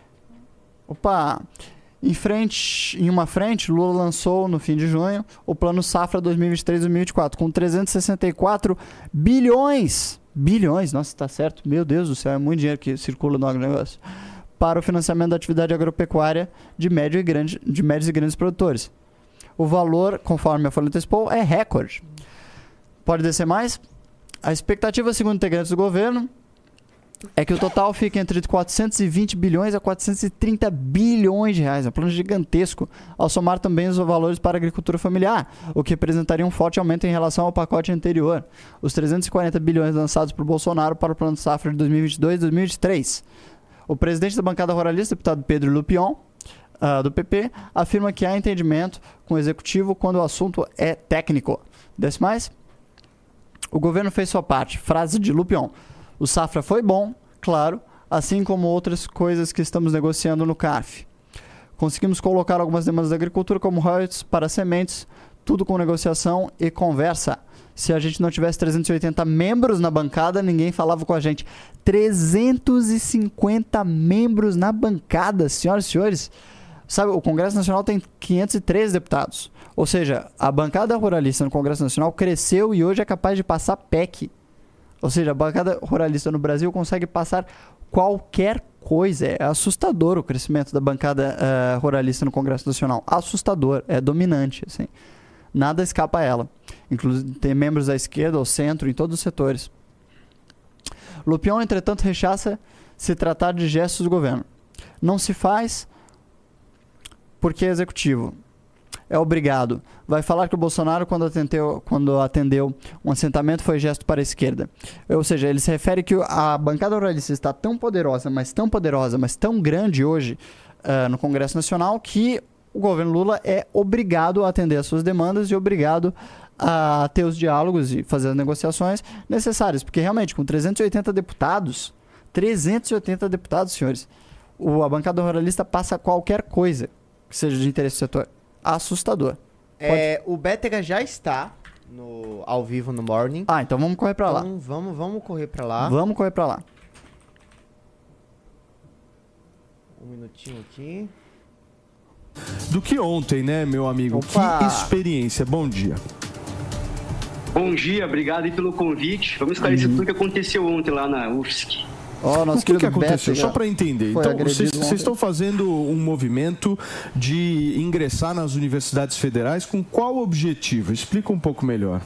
Em uma frente, Lula lançou no fim de junho o Plano Safra 2023-2024 com 364 bilhões, nossa, tá certo, meu Deus do céu, é muito dinheiro que circula no agronegócio, para o financiamento da atividade agropecuária de médios e grandes produtores. O valor, conforme a Folha antecipou, é recorde. Pode descer mais? A expectativa, segundo integrantes do governo, é que o total fique entre 420 bilhões a 430 bilhões de reais. É um plano gigantesco, ao somar também os valores para a agricultura familiar, o que representaria um forte aumento em relação ao pacote anterior. Os 340 bilhões lançados por Bolsonaro para o Plano Safra de 2022 e 2023. O presidente da bancada ruralista, deputado Pedro Lupion, do PP, afirma que há entendimento com o executivo quando o assunto é técnico. Desce mais? O governo fez sua parte. Frase de Lupion. O Safra foi bom, claro, assim como outras coisas que estamos negociando no CARF. Conseguimos colocar algumas demandas da agricultura, como royalties para sementes, tudo com negociação e conversa. Se a gente não tivesse 380 membros na bancada, ninguém falava com a gente. 350 membros na bancada, senhoras e senhores. Sabe, o Congresso Nacional tem 513 deputados. Ou seja, a bancada ruralista no Congresso Nacional cresceu e hoje é capaz de passar PEC. Ou seja, a bancada ruralista no Brasil consegue passar qualquer coisa. É assustador o crescimento da bancada ruralista no Congresso Nacional. Assustador, é dominante, assim. Nada escapa a ela. Inclusive, tem membros da esquerda ou centro em todos os setores. Lupion, entretanto, rechaça se tratar de gestos do governo. Não se faz porque é executivo. É obrigado. Vai falar que o Bolsonaro, quando atendeu um assentamento, foi gesto para a esquerda. Ou seja, ele se refere que a bancada ruralista está tão poderosa, mas tão grande hoje no Congresso Nacional, que o governo Lula é obrigado a atender às suas demandas e obrigado a ter os diálogos e fazer as negociações necessárias. Porque realmente, com 380 deputados, senhores, a bancada ruralista passa qualquer coisa que seja de interesse do setor. Assustador. O Bétega já está ao vivo no Morning. Então vamos correr pra lá. Vamos correr pra lá. Vamos correr pra lá. Um minutinho aqui. Do que ontem, né, meu amigo? Opa. Que experiência. Bom dia. Bom dia, obrigado aí pelo convite. Vamos esclarecer tudo o que aconteceu ontem lá na UFSC. Nosso o que aconteceu? Só para entender. Então, vocês estão fazendo um movimento de ingressar nas universidades federais com qual objetivo? Explica um pouco melhor.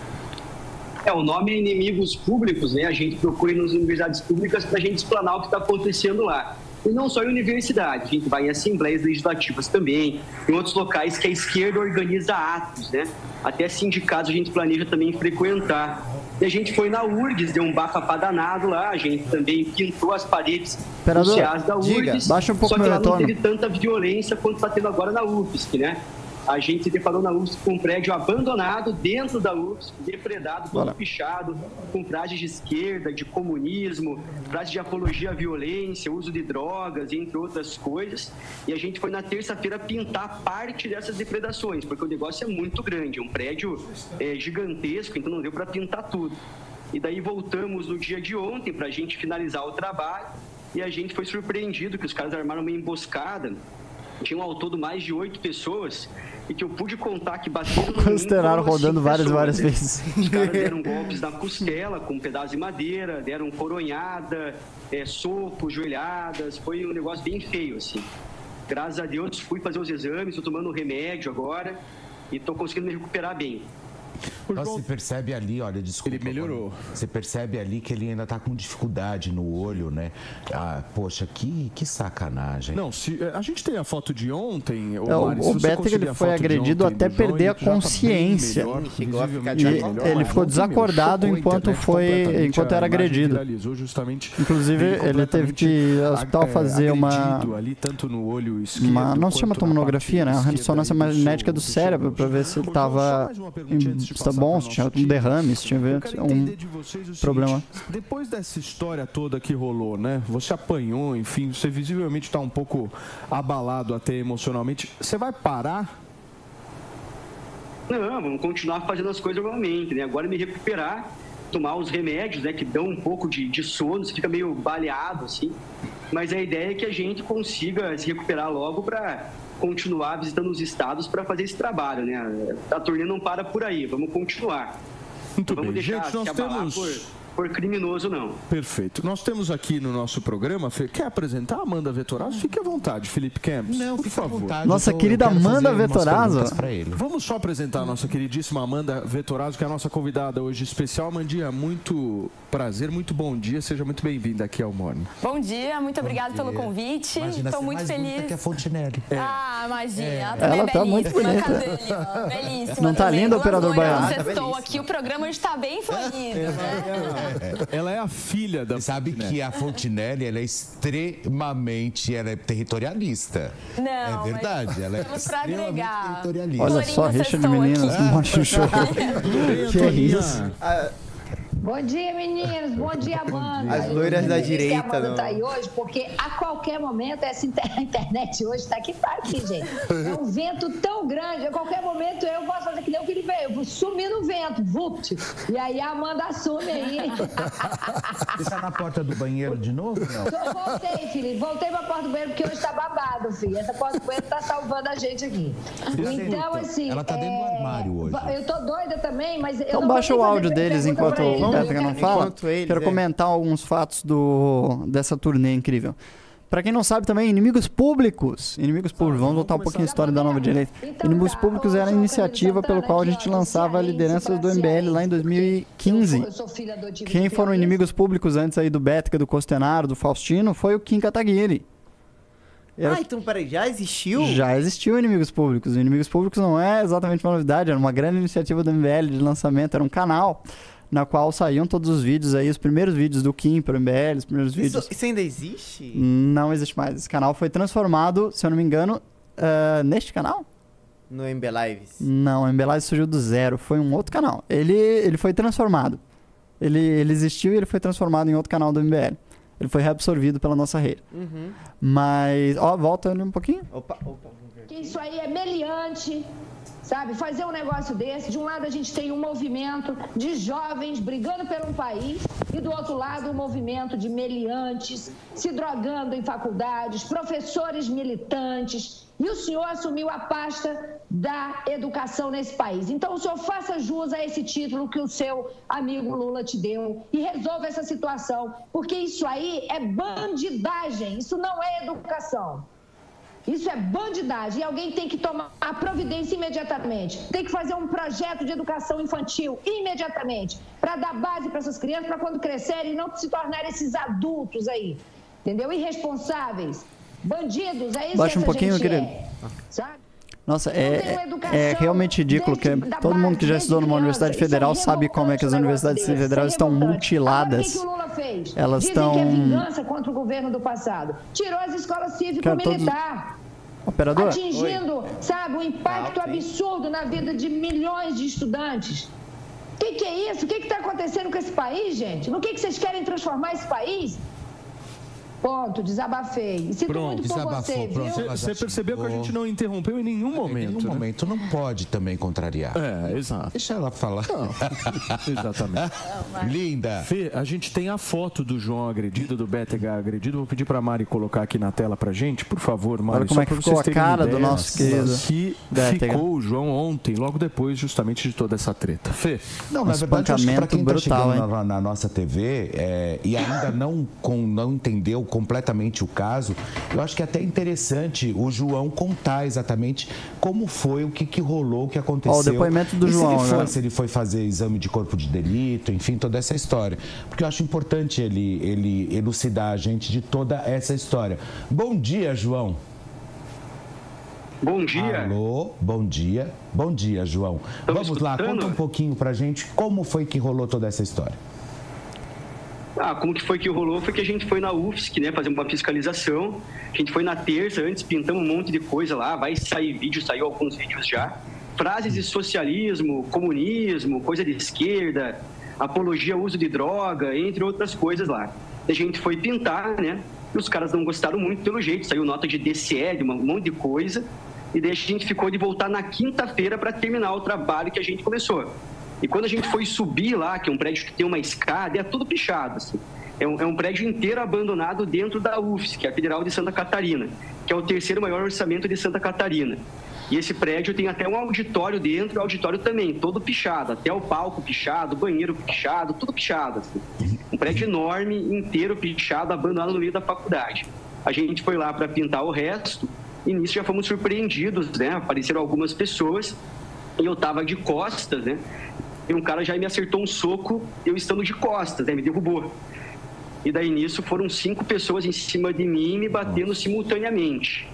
O nome é Inimigos Públicos, né? A gente procura ir nas universidades públicas para a gente explanar o que está acontecendo lá. E não só em universidade, a gente vai em assembleias legislativas também, em outros locais que a esquerda organiza atos, né? Até sindicatos a gente planeja também frequentar. E a gente foi na URGS, deu um bafafá danado lá, a gente também pintou as paredes sociais da URGS, baixa um pouco só que lá não teve tanta violência quanto está tendo agora na UFSC, né? A gente se deparou na UFSC com um prédio abandonado dentro da UFSC, depredado, todo pichado, com frases de esquerda, de comunismo, frases de apologia à violência, uso de drogas, entre outras coisas. E a gente foi na terça-feira pintar parte dessas depredações, porque o negócio é muito grande, é um prédio gigantesco, então não deu para pintar tudo. E daí voltamos no dia de ontem para a gente finalizar o trabalho e a gente foi surpreendido que os caras armaram uma emboscada. Tinham ao todo mais de 8 pessoas e que eu pude contar que bateram no consideraram rodando várias vezes. Os caras deram golpes na costela com um pedaço de madeira, deram coronhada, socos, joelhadas, foi um negócio bem feio, assim. Graças a Deus fui fazer os exames, estou tomando remédio agora e estou conseguindo me recuperar bem. Você percebe ali, olha, desculpa. Ele melhorou. Você percebe ali que ele ainda está com dificuldade no olho, né? Poxa, que sacanagem. Não, a gente tem a foto de ontem. O Bétega, ele foi agredido até perder a consciência. Ele ficou desacordado enquanto era agredido. Inclusive, ele teve que ir ao hospital fazer não se chama tomografia, né? A ressonância magnética do cérebro, para ver se ele estava está bom, se tinha um derrame, se tinha problema. Depois dessa história toda que rolou, né? Você apanhou, enfim, você visivelmente está um pouco abalado até emocionalmente. Você vai parar? Não, vamos continuar fazendo as coisas normalmente, né? Agora me recuperar, tomar os remédios, né? Que dão um pouco de sono, você fica meio baleado, assim. Mas a ideia é que a gente consiga se recuperar logo para continuar visitando os estados para fazer esse trabalho, né? A turnê não para por aí, vamos continuar. Muito vamos bem, deixar gente, nós temos... por criminoso, não. Perfeito. Nós temos aqui no nosso programa, quer apresentar a Amanda Vettorazzo? Fique à vontade, Felipe Campos. Não, por favor. Vontade, nossa querida Amanda Vettorazzo. Vamos só apresentar a nossa queridíssima Amanda Vettorazzo, que é a nossa convidada hoje especial. Amandinha, muito prazer, muito bom dia. Seja muito bem-vinda aqui ao Morning. Bom dia, muito obrigada pelo convite. Estou muito feliz. Que a Fontenelle. Imagina. Ela tá muito bonita. Belíssima. Não tá linda, operador baiano? Estou aqui, o programa está bem florido, né? Ela é a filha da... Você sabe que a Fontenelle, ela é extremamente territorialista. Não, é verdade, ela é extremamente territorialista. Olha só, rixa de meninas no Morning Show. Que é isso? Bom dia, meninos. Bom dia, Amanda. As loiras da direita, a Amanda tá aí hoje, porque a qualquer momento, essa internet hoje tá aqui, gente. É um vento tão grande, a qualquer momento eu posso fazer que nem o Felipe, eu vou sumir no vento, vupt. E aí a Amanda assume aí. Você tá na porta do banheiro de novo, não? Voltei, Felipe. Voltei pra porta do banheiro porque hoje tá babado, filho. Essa porta do banheiro tá salvando a gente aqui. Então, assim... Ela tá dentro do armário hoje. Eu tô doida também, mas... Então baixa o áudio deles enquanto o Beto não fala. Quero comentar alguns fatos dessa turnê incrível. Pra quem não sabe também, Inimigos Públicos. Vamos voltar um pouquinho a história da Nova Direita. Inimigos Públicos era a iniciativa pelo qual a gente lançava a liderança do MBL lá em 2015. Quem foram inimigos públicos antes aí do Bética, do Costenaro, do Faustino, foi o Kim Kataguiri. Então peraí, já existiu? Já existiu Inimigos Públicos. O Inimigos Públicos não é exatamente uma novidade, era uma grande iniciativa do MBL de lançamento, era um canal na qual saíam todos os vídeos aí, os primeiros vídeos do Kim para o MBL, os primeiros vídeos. Isso ainda existe? Não existe mais. Esse canal foi transformado, se eu não me engano, neste canal? No MB Lives? Não, o MB Lives surgiu do zero, foi um outro canal. Ele foi transformado. Ele existiu e ele foi transformado em outro canal do MBL. Ele foi reabsorvido pela nossa rede. Uhum. Mas, volta ali um pouquinho. Opa. Isso aí é meliante, sabe? Fazer um negócio desse. De um lado a gente tem um movimento de jovens brigando por um país e do outro lado um movimento de meliantes se drogando em faculdades, professores militantes. E o senhor assumiu a pasta da educação nesse país. Então o senhor faça jus a esse título que o seu amigo Lula te deu e resolva essa situação, porque isso aí é bandidagem, isso não é educação. Isso é bandidagem e alguém tem que tomar a providência imediatamente. Tem que fazer um projeto de educação infantil imediatamente para dar base para essas crianças, para quando crescerem não se tornarem esses adultos aí, entendeu? Irresponsáveis, bandidos, é isso. Baixa um pouquinho, querido. Sabe? Nossa, é realmente ridículo que todo mundo que já estudou numa universidade federal sabe como é que as universidades federais estão mutiladas. Agora, o que o Lula fez? Elas estão... Dizem que é vingança contra o governo do passado. Tirou as escolas cívico-militar. Operador? Atingindo, sabe, um impacto absurdo na vida de milhões de estudantes. O que é isso? O que está acontecendo com esse país, gente? No que vocês querem transformar esse país? Ponto, desabafei. Sinto muito por você, viu? Você percebeu que a gente não interrompeu em nenhum momento. Em nenhum momento. Não pode também contrariar. Exato. Deixa ela falar. Não, exatamente. Linda. Fê, a gente tem a foto do João agredido, do Bétega agredido. Vou pedir pra Mari colocar aqui na tela pra gente, por favor, Mari. Olha como é que ficou a cara do nosso querido que ficou o João ontem, logo depois justamente de toda essa treta. Fê? Não, na verdade, acho que pra quem tá chegando na nossa TV e ainda não entendeu completamente o caso, eu acho que é até interessante o João contar exatamente como foi, o que rolou, o que aconteceu. O depoimento do João, se ele foi fazer exame de corpo de delito, enfim, toda essa história. Porque eu acho importante ele elucidar a gente de toda essa história. Bom dia, João. Bom dia. Alô, bom dia. Bom dia, João. Vamos lá, conta um pouquinho pra gente como foi que rolou toda essa história. Como que foi que rolou? Foi que a gente foi na UFSC, né, fazer uma fiscalização. A gente foi na terça, antes pintamos um monte de coisa lá, vai sair vídeo, saiu alguns vídeos já. Frases de socialismo, comunismo, coisa de esquerda, apologia ao uso de droga, entre outras coisas lá. A gente foi pintar, né, e os caras não gostaram muito pelo jeito, saiu nota de DCE, de um monte de coisa, e daí a gente ficou de voltar na quinta-feira para terminar o trabalho que a gente começou. E quando a gente foi subir lá, que é um prédio que tem uma escada, é tudo pichado, assim. É um prédio inteiro abandonado dentro da UFSC, que é a Federal de Santa Catarina, que é o terceiro maior orçamento de Santa Catarina. E esse prédio tem até um auditório dentro, e o auditório também, todo pichado, até o palco pichado, banheiro pichado, tudo pichado, assim. Um prédio enorme, inteiro pichado, abandonado no meio da faculdade. A gente foi lá para pintar o resto, e nisso já fomos surpreendidos, né? Apareceram algumas pessoas, e eu tava de costas, né? E um cara já me acertou um soco, eu estando de costas, né? Me derrubou. E daí nisso foram 5 pessoas em cima de mim me batendo simultaneamente.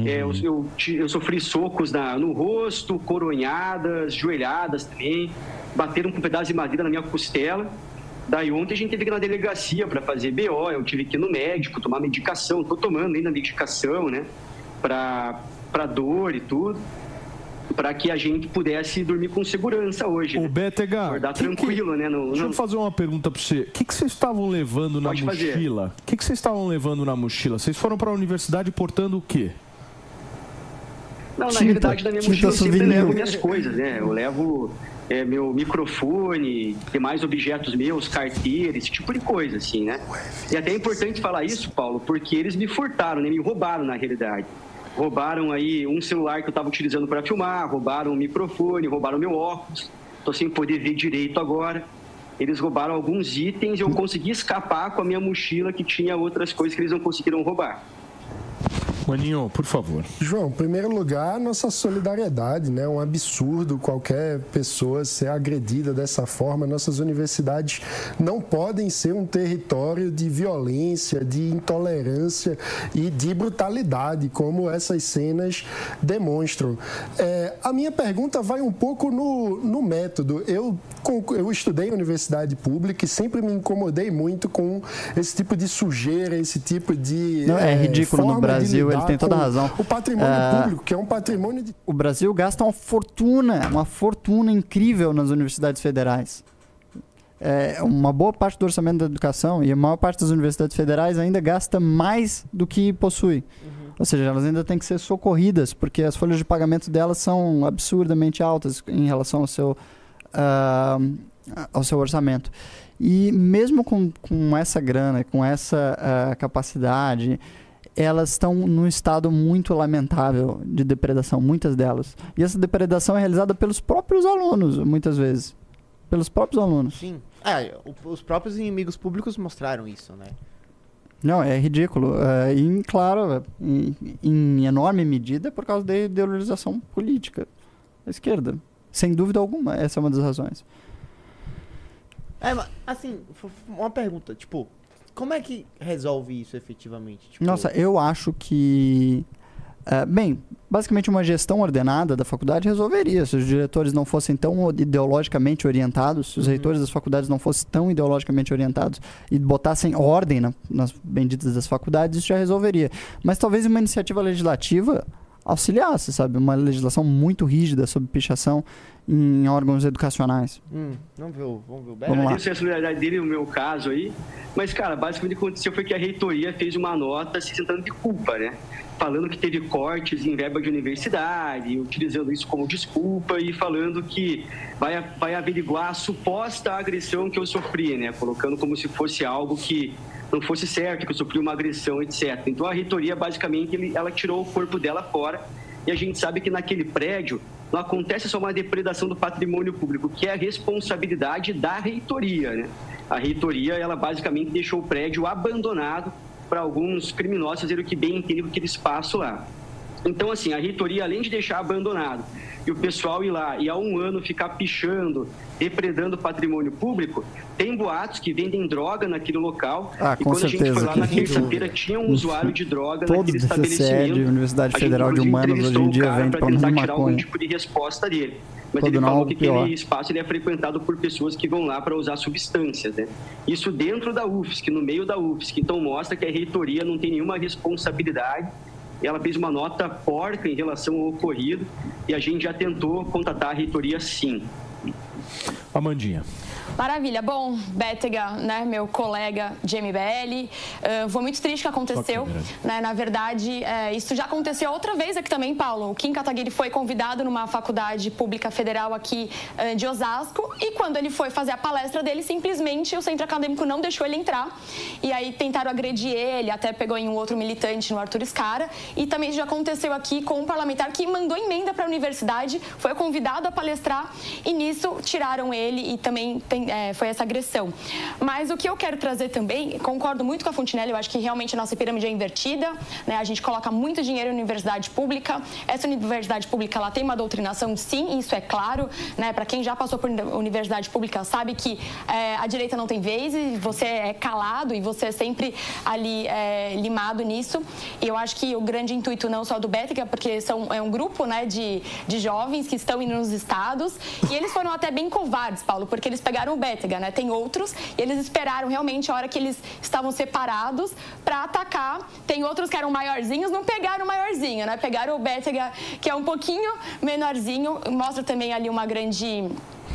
Eu sofri socos no rosto, coronhadas, joelhadas também. Bateram com um pedaço de madeira na minha costela. Daí ontem a gente teve que ir na delegacia para fazer BO, eu tive que ir no médico, tomar medicação. Estou tomando ainda medicação, né? Para dor e tudo. para que a gente pudesse dormir com segurança hoje. O Bétega, acordar tranquilo, né? Deixa eu fazer uma pergunta para você. O que vocês estavam levando na mochila? O que vocês estavam levando na mochila? Vocês foram para a universidade portando o quê? Não, na realidade, na minha mochila eu sempre levo minhas coisas, né? Eu levo meu microfone, demais objetos meus, carteira, esse tipo de coisa, assim, né? E até é importante falar isso, Paulo, porque eles me furtaram, né? Me roubaram, na realidade. Roubaram aí um celular que eu estava utilizando para filmar, roubaram um microfone, roubaram meu óculos. Estou sem poder ver direito agora. Eles roubaram alguns itens e eu consegui escapar com a minha mochila que tinha outras coisas que eles não conseguiram roubar. Maninho, por favor. João, em primeiro lugar, nossa solidariedade, né? É um absurdo qualquer pessoa ser agredida dessa forma. Nossas universidades não podem ser um território de violência, de intolerância e de brutalidade, como essas cenas demonstram. A minha pergunta vai um pouco no método. Eu estudei em universidade pública e sempre me incomodei muito com esse tipo de sujeira, esse tipo de... Não, é ridículo no Brasil. Ele tem toda a razão. O patrimônio público, que é um patrimônio de... O Brasil gasta uma fortuna incrível nas universidades federais. Uma boa parte do orçamento da educação e a maior parte das universidades federais ainda gasta mais do que possui. Ou seja, elas ainda têm que ser socorridas, porque as folhas de pagamento delas são absurdamente altas em relação ao seu orçamento. E mesmo com essa grana, com essa capacidade, elas estão num estado muito lamentável de depredação, muitas delas. E essa depredação é realizada pelos próprios alunos, muitas vezes. Pelos próprios alunos. Sim. Os próprios inimigos públicos mostraram isso, né? Não, é ridículo. E, claro, em enorme medida, por causa da ideologização política da esquerda. Sem dúvida alguma, essa é uma das razões. Assim, uma pergunta, tipo... Como é que resolve isso efetivamente? Tipo... Nossa, eu acho que... basicamente uma gestão ordenada da faculdade resolveria. Se os diretores não fossem tão ideologicamente orientados, se os reitores das faculdades não fossem tão ideologicamente orientados e botassem ordem nas benditas das faculdades, isso já resolveria. Mas talvez uma iniciativa legislativa auxiliasse, sabe? Uma legislação muito rígida sobre pichação em órgãos educacionais. Vamos ver o Beto. Eu agradeço a solidariedade dele no meu caso aí, mas, cara, basicamente o que aconteceu foi que a reitoria fez uma nota se sentando de culpa, né? Falando que teve cortes em verba de universidade, utilizando isso como desculpa e falando que vai averiguar a suposta agressão que eu sofri, né? Colocando como se fosse algo que não fosse certo, que eu sofri uma agressão, etc. Então a reitoria, basicamente, ela tirou o corpo dela fora e a gente sabe que naquele prédio não acontece só uma depredação do patrimônio público, que é a responsabilidade da reitoria, né? A reitoria, ela basicamente deixou o prédio abandonado para alguns criminosos fazerem o que bem entendem com aquele espaço lá. Então, assim, a reitoria, além de deixar abandonado e o pessoal ir lá e há um ano ficar pichando, depredando o patrimônio público, tem boatos que vendem droga naquele local. E quando a gente foi lá na terça-feira, tinha um usuário de droga naquele estabelecimento. Universidade Federal de Humanas hoje em dia vende para tentar tirar algum tipo de resposta dele. Mas ele falou que aquele espaço ele é frequentado por pessoas que vão lá para usar substâncias, né? Isso dentro da UFSC, no meio da UFSC. Então mostra que a reitoria não tem nenhuma responsabilidade. Ela fez uma nota porca em relação ao ocorrido e a gente já tentou contatar a reitoria, sim. Amandinha. Maravilha. Bom, Bétega, né, meu colega de MBL, foi muito triste que aconteceu. Né? Na verdade, isso já aconteceu outra vez aqui também, Paulo. O Kim Kataguiri foi convidado numa faculdade pública federal aqui de Osasco e quando ele foi fazer a palestra dele, simplesmente o centro acadêmico não deixou ele entrar. E aí tentaram agredir ele, até pegou em um outro militante, no Arthur Scara. E também já aconteceu aqui com um parlamentar que mandou emenda para a universidade, foi convidado a palestrar e nisso tiraram ele e também foi essa agressão. Mas o que eu quero trazer também, concordo muito com a Fontinelli, eu acho que realmente a nossa pirâmide é invertida, né? A gente coloca muito dinheiro em universidade pública, essa universidade pública ela tem uma doutrinação, sim, isso é claro, né? Para quem já passou por universidade pública sabe que a direita não tem vez e você é calado e você é sempre ali limado nisso. E eu acho que o grande intuito não só do Bétega, porque é um grupo, né, de jovens que estão indo nos estados e eles foram até bem covardes, Paulo, porque eles pegaram o Bétega, né? Tem outros, e eles esperaram realmente a hora que eles estavam separados para atacar. Tem outros que eram maiorzinhos, não pegaram o maiorzinho, né? Pegaram o Bétega, que é um pouquinho menorzinho. Mostra também ali uma grande...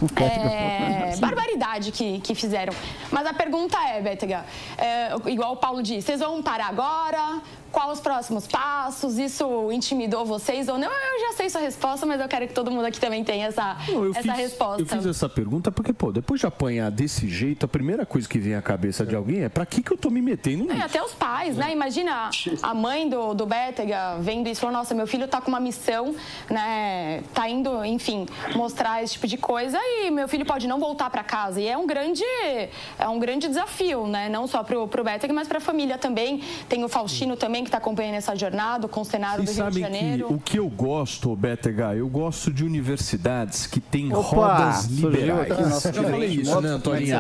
barbaridade que fizeram. Mas a pergunta é, Bétega, igual o Paulo disse, vocês vão parar agora? Quais os próximos passos? Isso intimidou vocês ou não? Eu já sei sua resposta, mas eu quero que todo mundo aqui também tenha essa resposta. Eu fiz essa pergunta porque, depois de apanhar desse jeito, a primeira coisa que vem à cabeça de alguém é pra que eu tô me metendo nisso? Até os pais, né? Imagina a mãe do Bétega vendo isso e falou, nossa, meu filho tá com uma missão, né? Tá indo, enfim, mostrar esse tipo de coisa e meu filho pode não voltar pra casa. E é um grande desafio, né? Não só pro Bétega, mas pra família também. Tem o Faustino também, que está acompanhando essa jornada, com o cenário do Rio de Janeiro. Que o que eu gosto, Bétega, eu gosto de universidades que têm rodas liberais. Eu falei isso, né, Antoninho?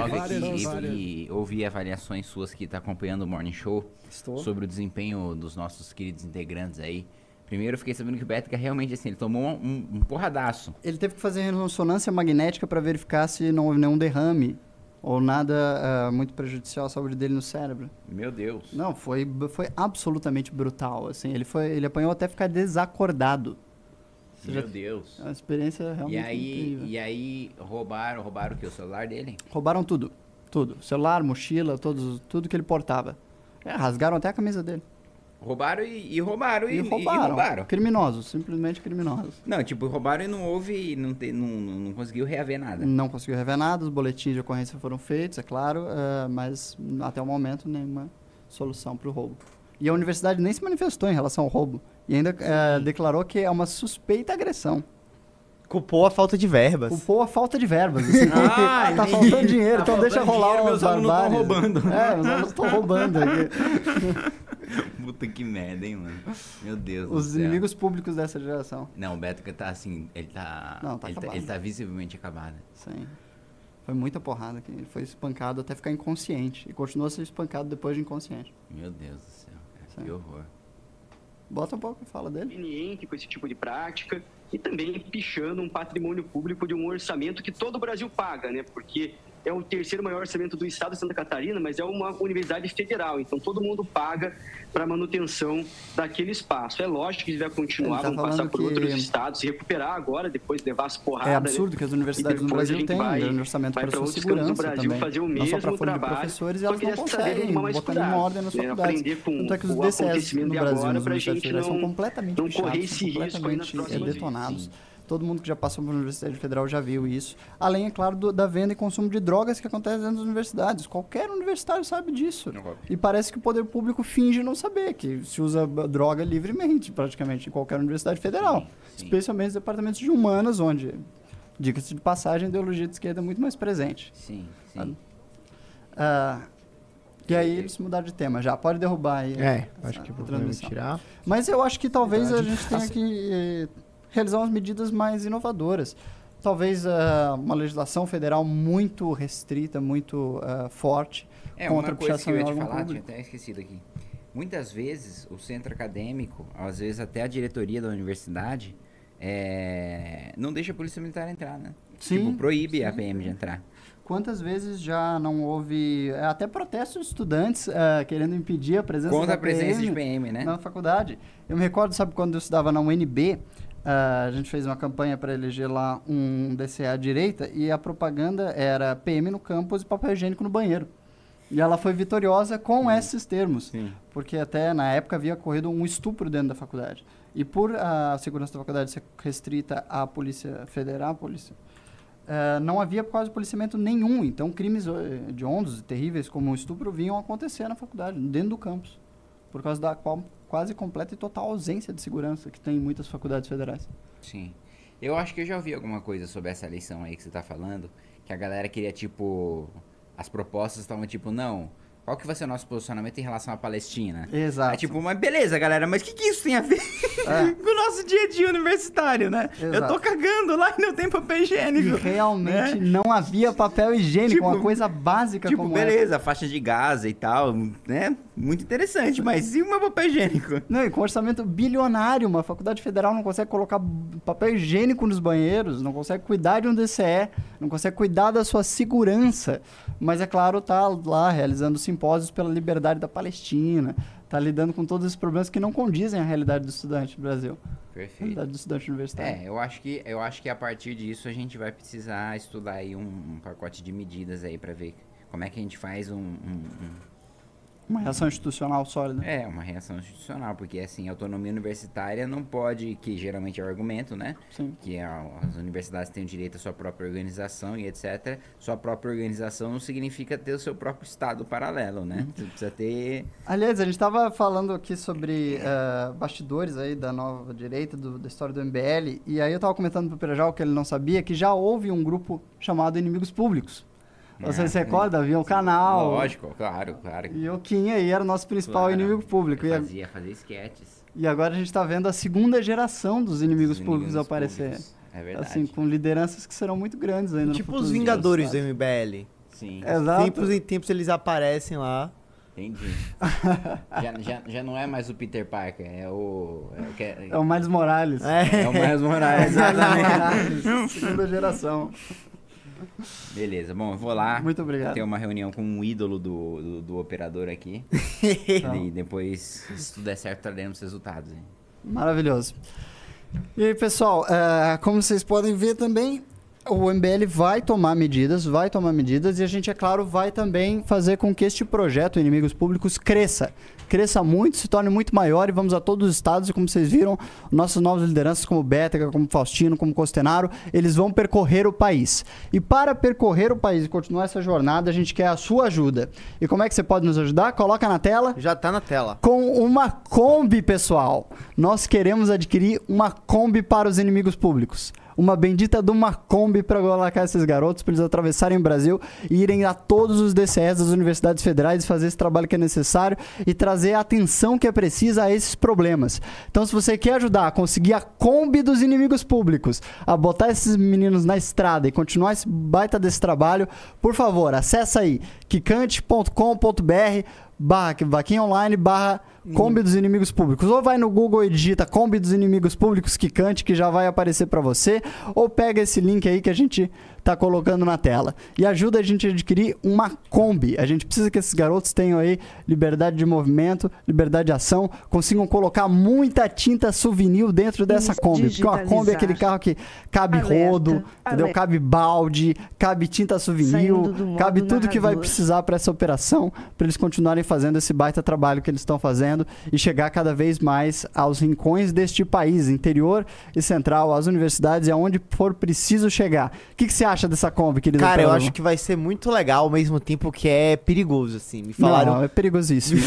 E ouvi avaliações suas que está acompanhando o Morning Show sobre o desempenho dos nossos queridos integrantes aí. Primeiro, eu fiquei sabendo que o Bétega realmente, assim, ele tomou um porradaço. Ele teve que fazer ressonância magnética para verificar se não houve nenhum derrame. Ou nada muito prejudicial à saúde dele no cérebro. Meu Deus. Não, foi absolutamente brutal, assim. Ele apanhou até ficar desacordado. Meu Deus. É uma experiência realmente incrível. E aí roubaram o quê? O celular dele? Roubaram tudo. Tudo. Celular, mochila, tudo que ele portava. Rasgaram até a camisa dele. Roubaram e roubaram. Criminosos, simplesmente criminosos. Não, tipo, roubaram e não houve, não conseguiu reaver nada. Não conseguiu reaver nada, os boletins de ocorrência foram feitos, é claro, mas até o momento nenhuma solução para o roubo. E a universidade nem se manifestou em relação ao roubo e ainda declarou que é uma suspeita agressão. Culpou a falta de verbas. Assim, tá faltando dinheiro, então deixa rolar meus alunos estão roubando. Os alunos estão roubando aqui. Puta que merda, hein, mano? Meu Deus do céu. Os inimigos públicos dessa geração. Não, o Bétega tá assim, ele tá visivelmente acabado. Sim. Foi muita porrada aqui. Ele foi espancado até ficar inconsciente. E continuou a ser espancado depois de inconsciente. Meu Deus do céu, cara. Que horror. Bota um pouco a fala dele. Conveniente com esse tipo de prática e também pichando um patrimônio público de um orçamento que todo o Brasil paga, né? Porque é o terceiro maior orçamento do estado de Santa Catarina, mas é uma universidade federal, então todo mundo paga para manutenção daquele espaço. É lógico que ele vai continuar, vamos passar por outros estados e recuperar agora, depois levar as porradas. É absurdo, né? Que as universidades no Brasil têm um orçamento para sua segurança também. Fazer o mesmo não só para trabalho, de professores, e elas não conseguem botar em ordem nas faculdades. Tanto é que os DCS no Brasil, nas universidades federais, são completamente fechados, são completamente detonados. Todo mundo que já passou pela Universidade Federal já viu isso. Além, é claro, da venda e consumo de drogas que acontece dentro das universidades. Qualquer universitário sabe disso. E parece que o poder público finge não saber que se usa droga livremente, praticamente, em qualquer universidade federal. Sim. Especialmente nos departamentos de humanas, onde, diga-se de passagem, a ideologia de esquerda é muito mais presente. Sim. E aí eles mudaram de tema já. Pode derrubar aí. Acho que podemos tirar. Mas eu acho que talvez a gente tenha que realizar umas medidas mais inovadoras. Talvez uma legislação federal muito restrita, muito forte contra a pichação em órgão público. Uma coisa que eu ia te falar, tinha até esquecido aqui. Muitas vezes o centro acadêmico, às vezes até a diretoria da universidade, não deixa a polícia militar entrar, né? Sim, tipo, proíbe a PM de entrar. Quantas vezes já não houve até protestos de estudantes querendo impedir a presença contra a presença de PM, né? Na faculdade. Eu me recordo, sabe, quando eu estudava na UNB, a gente fez uma campanha para eleger lá um DCA à direita e a propaganda era PM no campus e papel higiênico no banheiro. E ela foi vitoriosa com esses termos, porque até na época havia ocorrido um estupro dentro da faculdade. E por a segurança da faculdade ser restrita à Polícia Federal, não havia quase policiamento nenhum. Então crimes hediondos e terríveis como o estupro vinham acontecer na faculdade, dentro do campus, por causa da quase completa e total ausência de segurança que tem em muitas faculdades federais. Sim. Eu acho que eu já ouvi alguma coisa sobre essa eleição aí que você está falando, que a galera queria, tipo... As propostas estavam tipo, não, qual que vai ser o nosso posicionamento em relação à Palestina? Exato. É tipo, mas beleza, galera, mas o que isso tem a ver com o nosso dia a dia universitário, né? Exato. Eu tô cagando lá e não tem papel higiênico. E realmente não havia papel higiênico, uma coisa básica como beleza, faixa de Gaza e tal, né? muito interessante, mas e o meu papel higiênico? Não, e com orçamento bilionário, uma faculdade federal não consegue colocar papel higiênico nos banheiros, não consegue cuidar de um DCE, não consegue cuidar da sua segurança, mas é claro, tá lá realizando simpósios pela liberdade da Palestina, tá lidando com todos esses problemas que não condizem à realidade do estudante do Brasil. Perfeito. Realidade do estudante universitário. Eu acho que a partir disso a gente vai precisar estudar aí um pacote de medidas aí para ver como é que a gente faz uma reação institucional sólida. Uma reação institucional, porque assim, a autonomia universitária não pode, que geralmente é o argumento, né? Sim. Que as universidades têm o direito à sua própria organização e etc. Sua própria organização não significa ter o seu próprio estado paralelo, né? Você precisa ter... Aliás, a gente estava falando aqui sobre bastidores aí da nova direita, da história do MBL, e aí eu estava comentando pro Pirajal que ele não sabia que já houve um grupo chamado Inimigos Públicos. Você se recorda? Havia um canal. Lógico, claro. E o Kim aí era o nosso principal inimigo público. Fazia esquetes. E agora a gente está vendo a segunda geração dos inimigos públicos aparecer. É verdade. Assim, com lideranças que serão muito grandes ainda tipo os Vingadores do MBL. Sim. Exato. Tempos em tempos eles aparecem lá. Entendi. já não é mais o Peter Parker, é o Miles Morales. É o Miles Morales, exatamente. Segunda geração. Beleza, bom, eu vou lá. Muito obrigado. Ter uma reunião com um ídolo do operador aqui. E depois, se tudo der certo, traremos resultados. Hein? Maravilhoso. E aí, pessoal, como vocês podem ver também, o MBL vai tomar medidas e a gente, é claro, vai também fazer com que este projeto Inimigos Públicos cresça muito, se torne muito maior e vamos a todos os estados e como vocês viram, nossas novas lideranças como Bétega, como Faustino, como Costenaro, eles vão percorrer o país. E para percorrer o país e continuar essa jornada, a gente quer a sua ajuda. E como é que você pode nos ajudar? Coloca na tela. Já tá na tela. Com uma Kombi, pessoal. Nós queremos adquirir uma Kombi para os inimigos públicos. Uma bendita de uma Kombi para colocar esses garotos, para eles atravessarem o Brasil e irem a todos os DCEs das universidades federais e fazer esse trabalho que é necessário e trazer a atenção que é precisa a esses problemas. Então, se você quer ajudar a conseguir a Kombi dos inimigos públicos, a botar esses meninos na estrada e continuar esse baita desse trabalho, por favor, acessa aí kikante.com.br/vaquinhaonline/Kombi dos inimigos públicos. Ou vai no Google e digita Kombi dos inimigos públicos Kikante, que já vai aparecer para você, ou pega esse link aí que a gente tá colocando na tela e ajuda a gente a adquirir uma Kombi. A gente precisa que esses garotos tenham aí liberdade de movimento, liberdade de ação, consigam colocar muita tinta souvenir dentro dessa Kombi, porque uma Kombi é aquele carro que cabe rodo, entendeu? Cabe balde, cabe tinta souvenir, cabe tudo que vai precisar para essa operação, para eles continuarem fazendo esse baita trabalho que eles estão fazendo e chegar cada vez mais aos rincões deste país, interior e central, às universidades e aonde for preciso chegar. O que você acha dessa Kombi, querido? Cara, eu acho que vai ser muito legal, ao mesmo tempo que é perigoso, assim. Me falaram... Não, é perigosíssimo.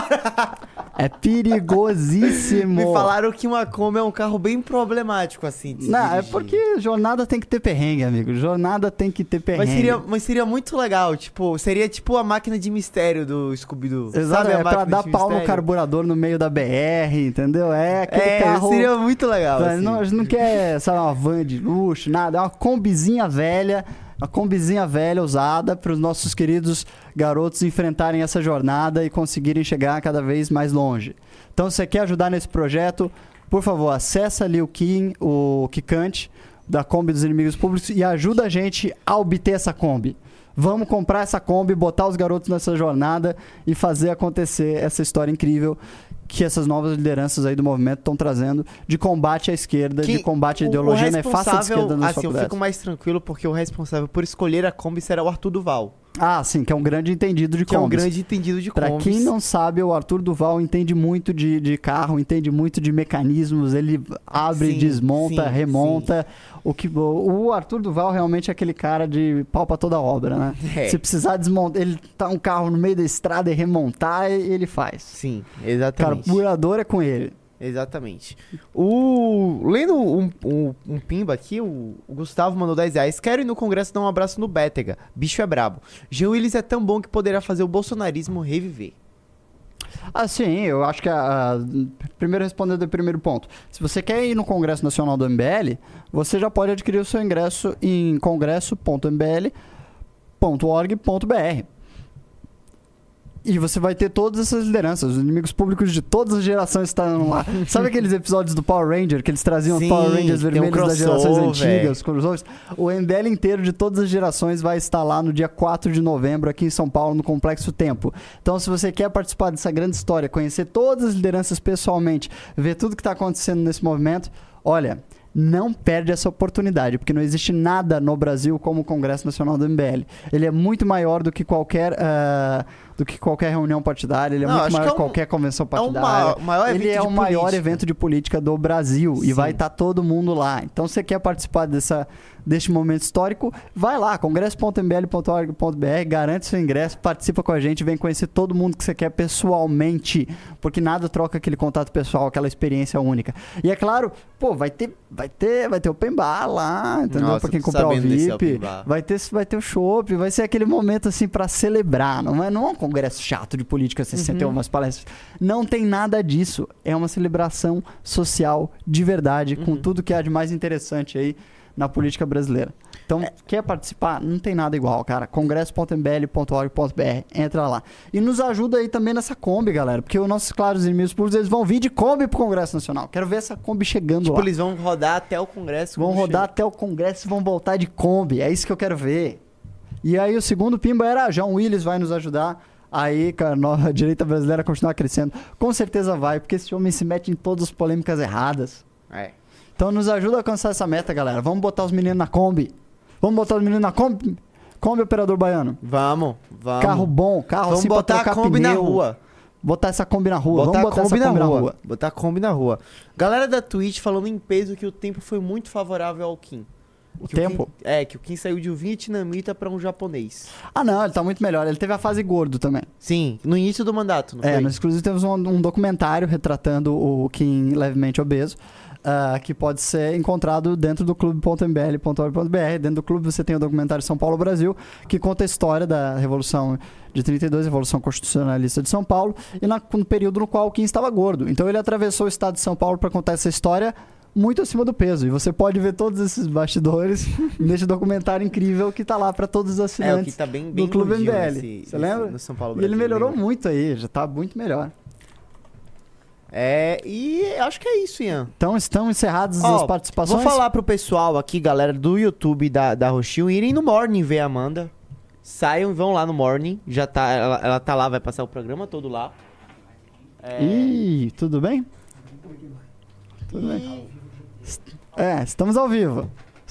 É perigosíssimo. Me falaram que uma Kombi é um carro bem problemático, assim. Não, é porque jornada tem que ter perrengue, amigo. Jornada tem que ter perrengue. Mas seria muito legal, tipo, seria tipo a máquina de mistério do Scooby-Doo. Exato, é pra dar pau no carburador no meio da BR, entendeu? É aquele carro... seria muito legal, assim. A gente não quer, sabe, uma van de luxo, nada. É uma Kombizinha velha, usada para os nossos queridos garotos enfrentarem essa jornada e conseguirem chegar cada vez mais longe. Então, se você quer ajudar nesse projeto, por favor, acessa ali o Kikante da Kombi dos Inimigos Públicos e ajuda a gente a obter essa Kombi. Vamos comprar essa Kombi, botar os garotos nessa jornada e fazer acontecer essa história incrível que essas novas lideranças aí do movimento estão trazendo de combate à esquerda, de combate à ideologia nefasta da esquerda nas faculdades. Eu fico mais tranquilo porque o responsável por escolher a Kombi será o Arthur Duval. Ah, sim, que é um grande entendido de Kombis. Que é um grande entendido de Kombis. Pra quem não sabe, o Arthur Duval entende muito de carro, entende muito de mecanismos, ele abre, desmonta, remonta. O Arthur Duval realmente é aquele cara de pau pra toda obra, né? Se precisar desmontar, ele tá um carro no meio da estrada e remontar, ele faz. Sim, exatamente. Carburador é com ele. Exatamente. Lendo um pimba aqui, o Gustavo mandou R$10. Quero ir no Congresso dar um abraço no Bétega. Bicho é brabo. Jean Willis é tão bom que poderá fazer o bolsonarismo reviver. Ah, sim, eu acho que primeiro respondendo o primeiro ponto. Se você quer ir no Congresso Nacional do MBL, você já pode adquirir o seu ingresso em congresso.mbl.org.br. E você vai ter todas essas lideranças, os inimigos públicos de todas as gerações estão lá. Sabe aqueles episódios do Power Ranger, que eles traziam os Power Rangers vermelhos das gerações antigas, crossovers? O MBL inteiro de todas as gerações vai estar lá no dia 4 de novembro, aqui em São Paulo, no Complexo Tempo. Então, se você quer participar dessa grande história, conhecer todas as lideranças pessoalmente, ver tudo que está acontecendo nesse movimento, olha... Não perde essa oportunidade, porque não existe nada no Brasil como o Congresso Nacional do MBL. Ele é muito maior do que qualquer reunião partidária, ele é muito maior que qualquer convenção partidária. Ele é o maior evento de política do Brasil. Sim. E vai estar todo mundo lá. Então, se você quer participar deste momento histórico, vai lá, congresso.mbl.org.br, garante seu ingresso, participa com a gente, vem conhecer todo mundo que você quer pessoalmente, porque nada troca aquele contato pessoal, aquela experiência única. E é claro, pô, vai ter open bar lá, entendeu? Nossa, pra quem comprar o VIP, vai ter o chopp, vai ser aquele momento assim pra celebrar, não é um congresso chato de política, assim, você tem umas palestras, não tem nada disso, é uma celebração social de verdade, com tudo que há de mais interessante aí na política brasileira. Então, quer participar? Não tem nada igual, cara. congresso.mbl.org.br, entra lá. E nos ajuda aí também nessa Kombi, galera, porque os nossos claros inimigos públicos, eles vão vir de Kombi pro Congresso Nacional. Quero ver essa Kombi chegando lá. Eles vão rodar até o Congresso. Vão rodar até o Congresso e vão voltar de Kombi. É isso que eu quero ver. E aí, o segundo pimba era João Willis vai nos ajudar. Aí, cara, a direita brasileira continuar crescendo. Com certeza vai, porque esse homem se mete em todas as polêmicas erradas. Então nos ajuda a alcançar essa meta, galera. Vamos botar os meninos na Kombi. Vamos botar os meninos na Kombi. Kombi, operador baiano. Vamos. Carro bom, carro assim pra trocar pneu. Vamos botar a Kombi na rua. Botar essa Kombi na rua. Vamos botar essa Kombi na rua. Botar a Kombi na rua. Galera da Twitch falando em peso que o tempo foi muito favorável ao Kim. O tempo? Que o Kim saiu de um vietnamita pra um japonês. Ah, não, ele tá muito melhor. Ele teve a fase gordo também. Sim, no início do mandato, não foi? No exclusivo temos um documentário retratando o Kim levemente obeso. Que pode ser encontrado dentro do clube.mbl.org.br. Dentro do clube você tem o documentário São Paulo Brasil, que conta a história da Revolução de 32, Revolução Constitucionalista de São Paulo, e no período no qual o Kim estava gordo. Então ele atravessou o estado de São Paulo para contar essa história muito acima do peso. E você pode ver todos esses bastidores nesse documentário incrível que tá lá para todos os assinantes tá bem do Clube MBL. Você lembra? No São Paulo Brasil, e ele melhorou muito aí, já tá muito melhor. E acho que é isso, Ian. Então estão encerradas as participações. Vou falar pro pessoal aqui, galera do YouTube da Roxinho, irem no Morning ver a Amanda. Saiam e vão lá no Morning. Já tá, ela tá lá, vai passar o programa todo lá. Ih, tudo bem? Tudo bem. Estamos ao vivo.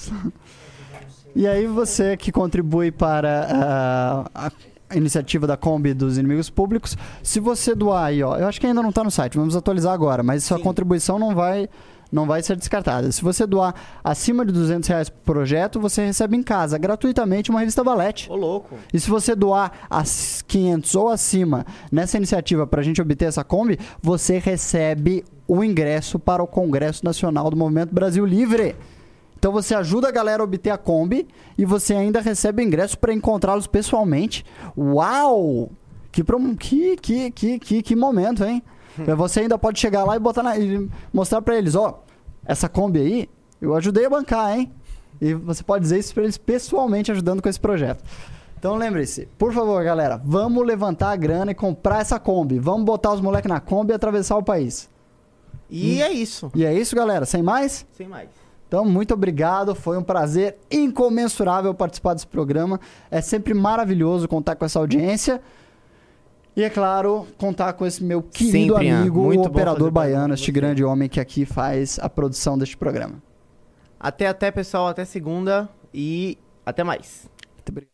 E aí você que contribui para a iniciativa da Kombi dos inimigos públicos, se você doar aí, eu acho que ainda não está no site, vamos atualizar agora, mas sua contribuição não vai ser descartada. Se você doar acima de R$200 por projeto, você recebe em casa, gratuitamente, uma revista Valete. Ô, louco. E se você doar as 500 ou acima nessa iniciativa para a gente obter essa Kombi, você recebe o ingresso para o Congresso Nacional do Movimento Brasil Livre. Então você ajuda a galera a obter a Kombi e você ainda recebe o ingresso para encontrá-los pessoalmente. Uau! Que momento, hein? Você ainda pode chegar lá e mostrar para eles, essa Kombi aí, eu ajudei a bancar, hein? E você pode dizer isso para eles pessoalmente, ajudando com esse projeto. Então lembre-se, por favor, galera, vamos levantar a grana e comprar essa Kombi. Vamos botar os moleques na Kombi e atravessar o país. E é isso. E é isso, galera. Sem mais? Sem mais. Então, muito obrigado. Foi um prazer incomensurável participar desse programa. É sempre maravilhoso contar com essa audiência. E, é claro, contar com esse meu querido amigo, o operador baiano, este grande homem que aqui faz a produção deste programa. Até, pessoal. Até segunda e até mais. Muito obrigado.